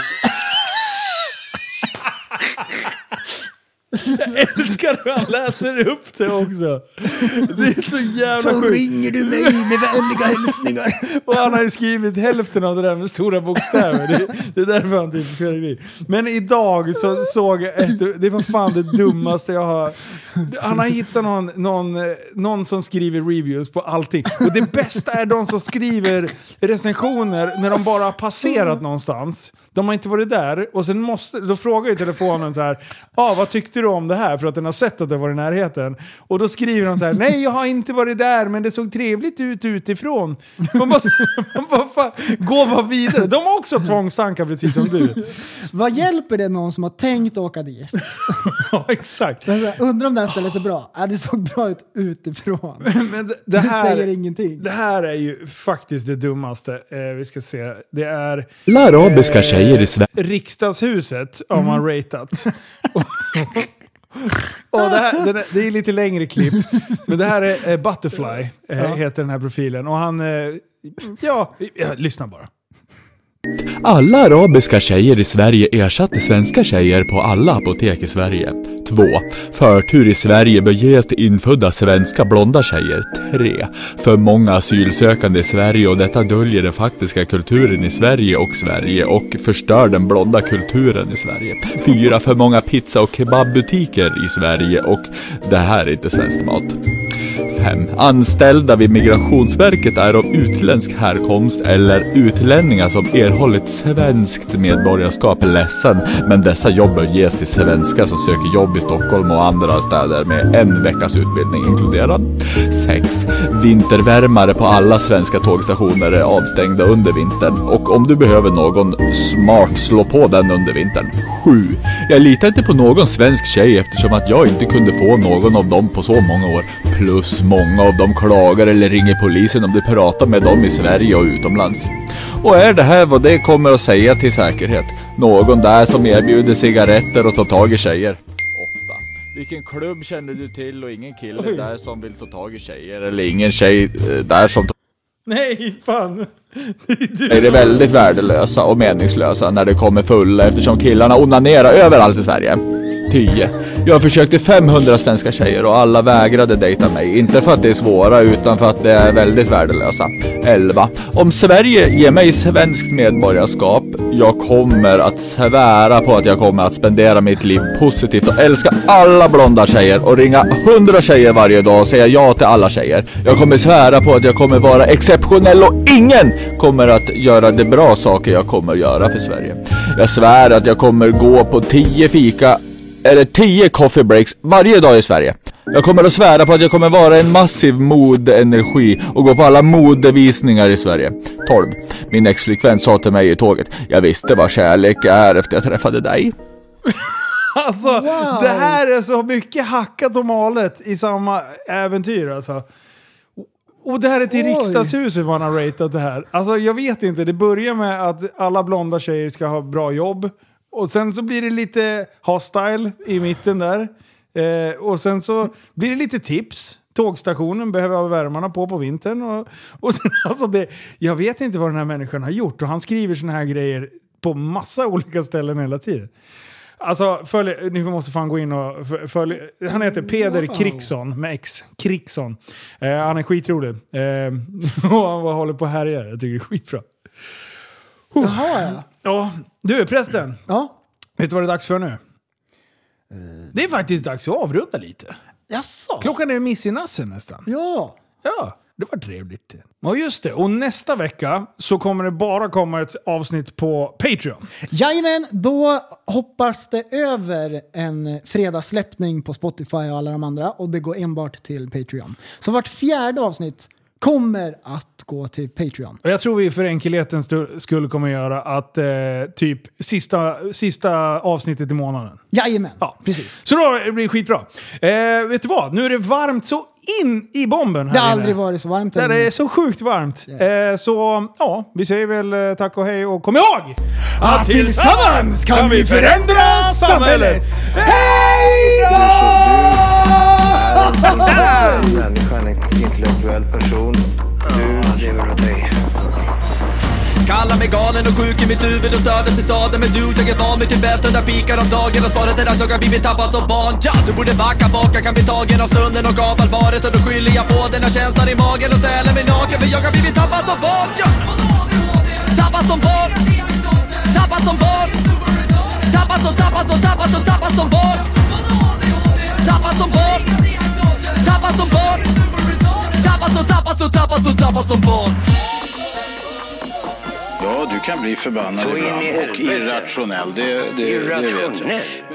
Jag älskar hur han läser upp det också. Det är så jävla
så
sjukt.
ringer du mig med vänliga hälsningar.
Och han har ju skrivit hälften av det där med stora bokstäver. Det är därför han inte ska det. Men idag så såg jag det var fan det dummaste jag har. Han har hittat någon som skriver reviews på allting. Och det bästa är de som skriver recensioner när de bara har passerat någonstans. De har inte varit där och sen då frågar ju telefonen så här: vad tyckte du om det här? För att den har sett att det var i närheten. Och då skriver de så här: nej, jag har inte varit där, men det såg trevligt ut utifrån. Man bara gå vidare. De har också tvångstankar precis som du.
Vad hjälper det någon som har tänkt åka dit?
Ja, exakt.
Undrar om det här stället är bra. Det såg bra ut utifrån.
Men det
säger ingenting.
Det här är ju faktiskt det dummaste. Vi ska se. Det är
arabiska tjejer i Sverige.
Riksdagshuset har man ratat. Och det är lite längre klipp. Men det här är Butterfly heter den här profilen. Och han lyssna bara.
Alla arabiska tjejer i Sverige ersatte svenska tjejer på alla apotek i Sverige. 2. Förtur i Sverige bör ges till infödda svenska blonda tjejer. 3. För många asylsökande i Sverige och detta döljer den faktiska kulturen i Sverige och förstör den blonda kulturen i Sverige. 4. För många pizza- och kebabbutiker i Sverige och det här är inte svensk mat. 5. Anställda vid Migrationsverket är av utländsk härkomst eller utlänningar som erhållit svenskt medborgarskap. Ledsen, men dessa jobb bör ges till svenskar som söker jobb i Stockholm och andra städer med 1 veckas utbildning inkluderad. 6. Vintervärmare på alla svenska tågstationer är avstängda under vintern och om du behöver någon smart slå på den under vintern. 7. Jag litar inte på någon svensk tjej eftersom att jag inte kunde få någon av dem på så många år. Plus många av dem klagar eller ringer polisen om du pratar med dem i Sverige och utomlands. Och är det här vad det kommer att säga till säkerhet? Någon där som erbjuder cigaretter och tar tag i tjejer. 8. Vilken klubb känner du till och ingen kille där som vill ta tag i tjejer eller ingen tjej där som...
Nej, fan.
Är det väldigt värdelösa och meningslösa när det kommer fulla eftersom killarna onanerar överallt i Sverige. 10. Jag försökte 500 svenska tjejer och alla vägrade dejta mig. Inte för att det är svåra utan för att det är väldigt värdelösa. 11. Om Sverige ger mig svenskt medborgarskap, jag kommer att svära på att jag kommer att spendera mitt liv positivt och älska alla blonda tjejer och ringa 100 tjejer varje dag och säga ja till alla tjejer. Jag kommer svära på att jag kommer vara exceptionell och ingen kommer att göra de bra saker jag kommer att göra för Sverige. Jag svär att jag kommer gå på 10 fika eller 10 coffee breaks varje dag i Sverige. Jag kommer att svära på att jag kommer vara en massiv modeenergi och gå på alla modevisningar i Sverige. 12. Min ex-flickvän sa till mig i tåget: jag visste vad kärlek är efter jag träffade dig.
Alltså, det här är så mycket hackat och malet i samma äventyr alltså. Och det här är till riksdagshuset man har ratat det här. Alltså jag vet inte, det börjar med att alla blonda tjejer ska ha bra jobb. Och sen så blir det lite hostile i mitten där. Och sen så blir det lite tips. Tågstationen behöver ha värmarna på vintern. Och sen, alltså jag vet inte vad den här människan har gjort. Och han skriver såna här grejer på massa olika ställen hela tiden. Alltså, ni måste fan gå in och följa. Han heter Peder Kriksson med X. Kriksson. Han är skitrolig. Och han håller på här. Jag tycker det är skitbra.
Jaha,
ja. Du, prästen.
Ja.
Vet du vad det är dags för nu? Det är faktiskt dags att avrunda lite.
Jaså?
Klockan är miss i nassen nästan.
Ja.
Ja, det var trevligt. Ja, just det. Och nästa vecka så kommer det bara komma ett avsnitt på Patreon.
Jajamän, då hoppas det över en fredagssläppning på Spotify och alla de andra. Och det går enbart till Patreon. Så vart 4:e avsnitt kommer att gå till Patreon.
Och jag tror vi för enkelhetens skulle kommer göra att typ sista avsnittet i månaden.
Jajamän, ja, precis.
Så då blir det skitbra. Vet du vad? Nu är det varmt så in i bomben här.
Det har aldrig varit så varmt.
Det är så sjukt varmt. Så ja, vi säger väl tack och hej och kom ihåg att tillsammans kan vi förändra samhället. Hej då!
Människan är en intellektuell person. Du lever åt dig.
Kallar mig galen och sjuk i mitt huvud och stördes i staden. Men du, jag är van vid Tibet under fikar om dagen. Och svaret är att jag har blivit tappad som barn. Ja, du borde backa bak, jag kan bli tagen av stunden och av allvaret. Och då skyller jag på den här känslan i magen och ställer mig naken. För jag har blivit tappad som barn. Ja. Tappad som barn. Tappad som barn. Tappad som barn. Tappad som barn. Tappad som barn. Tappad som barn.
Ja, du kan bli förbannad ibland och irrationell. Det vet jag.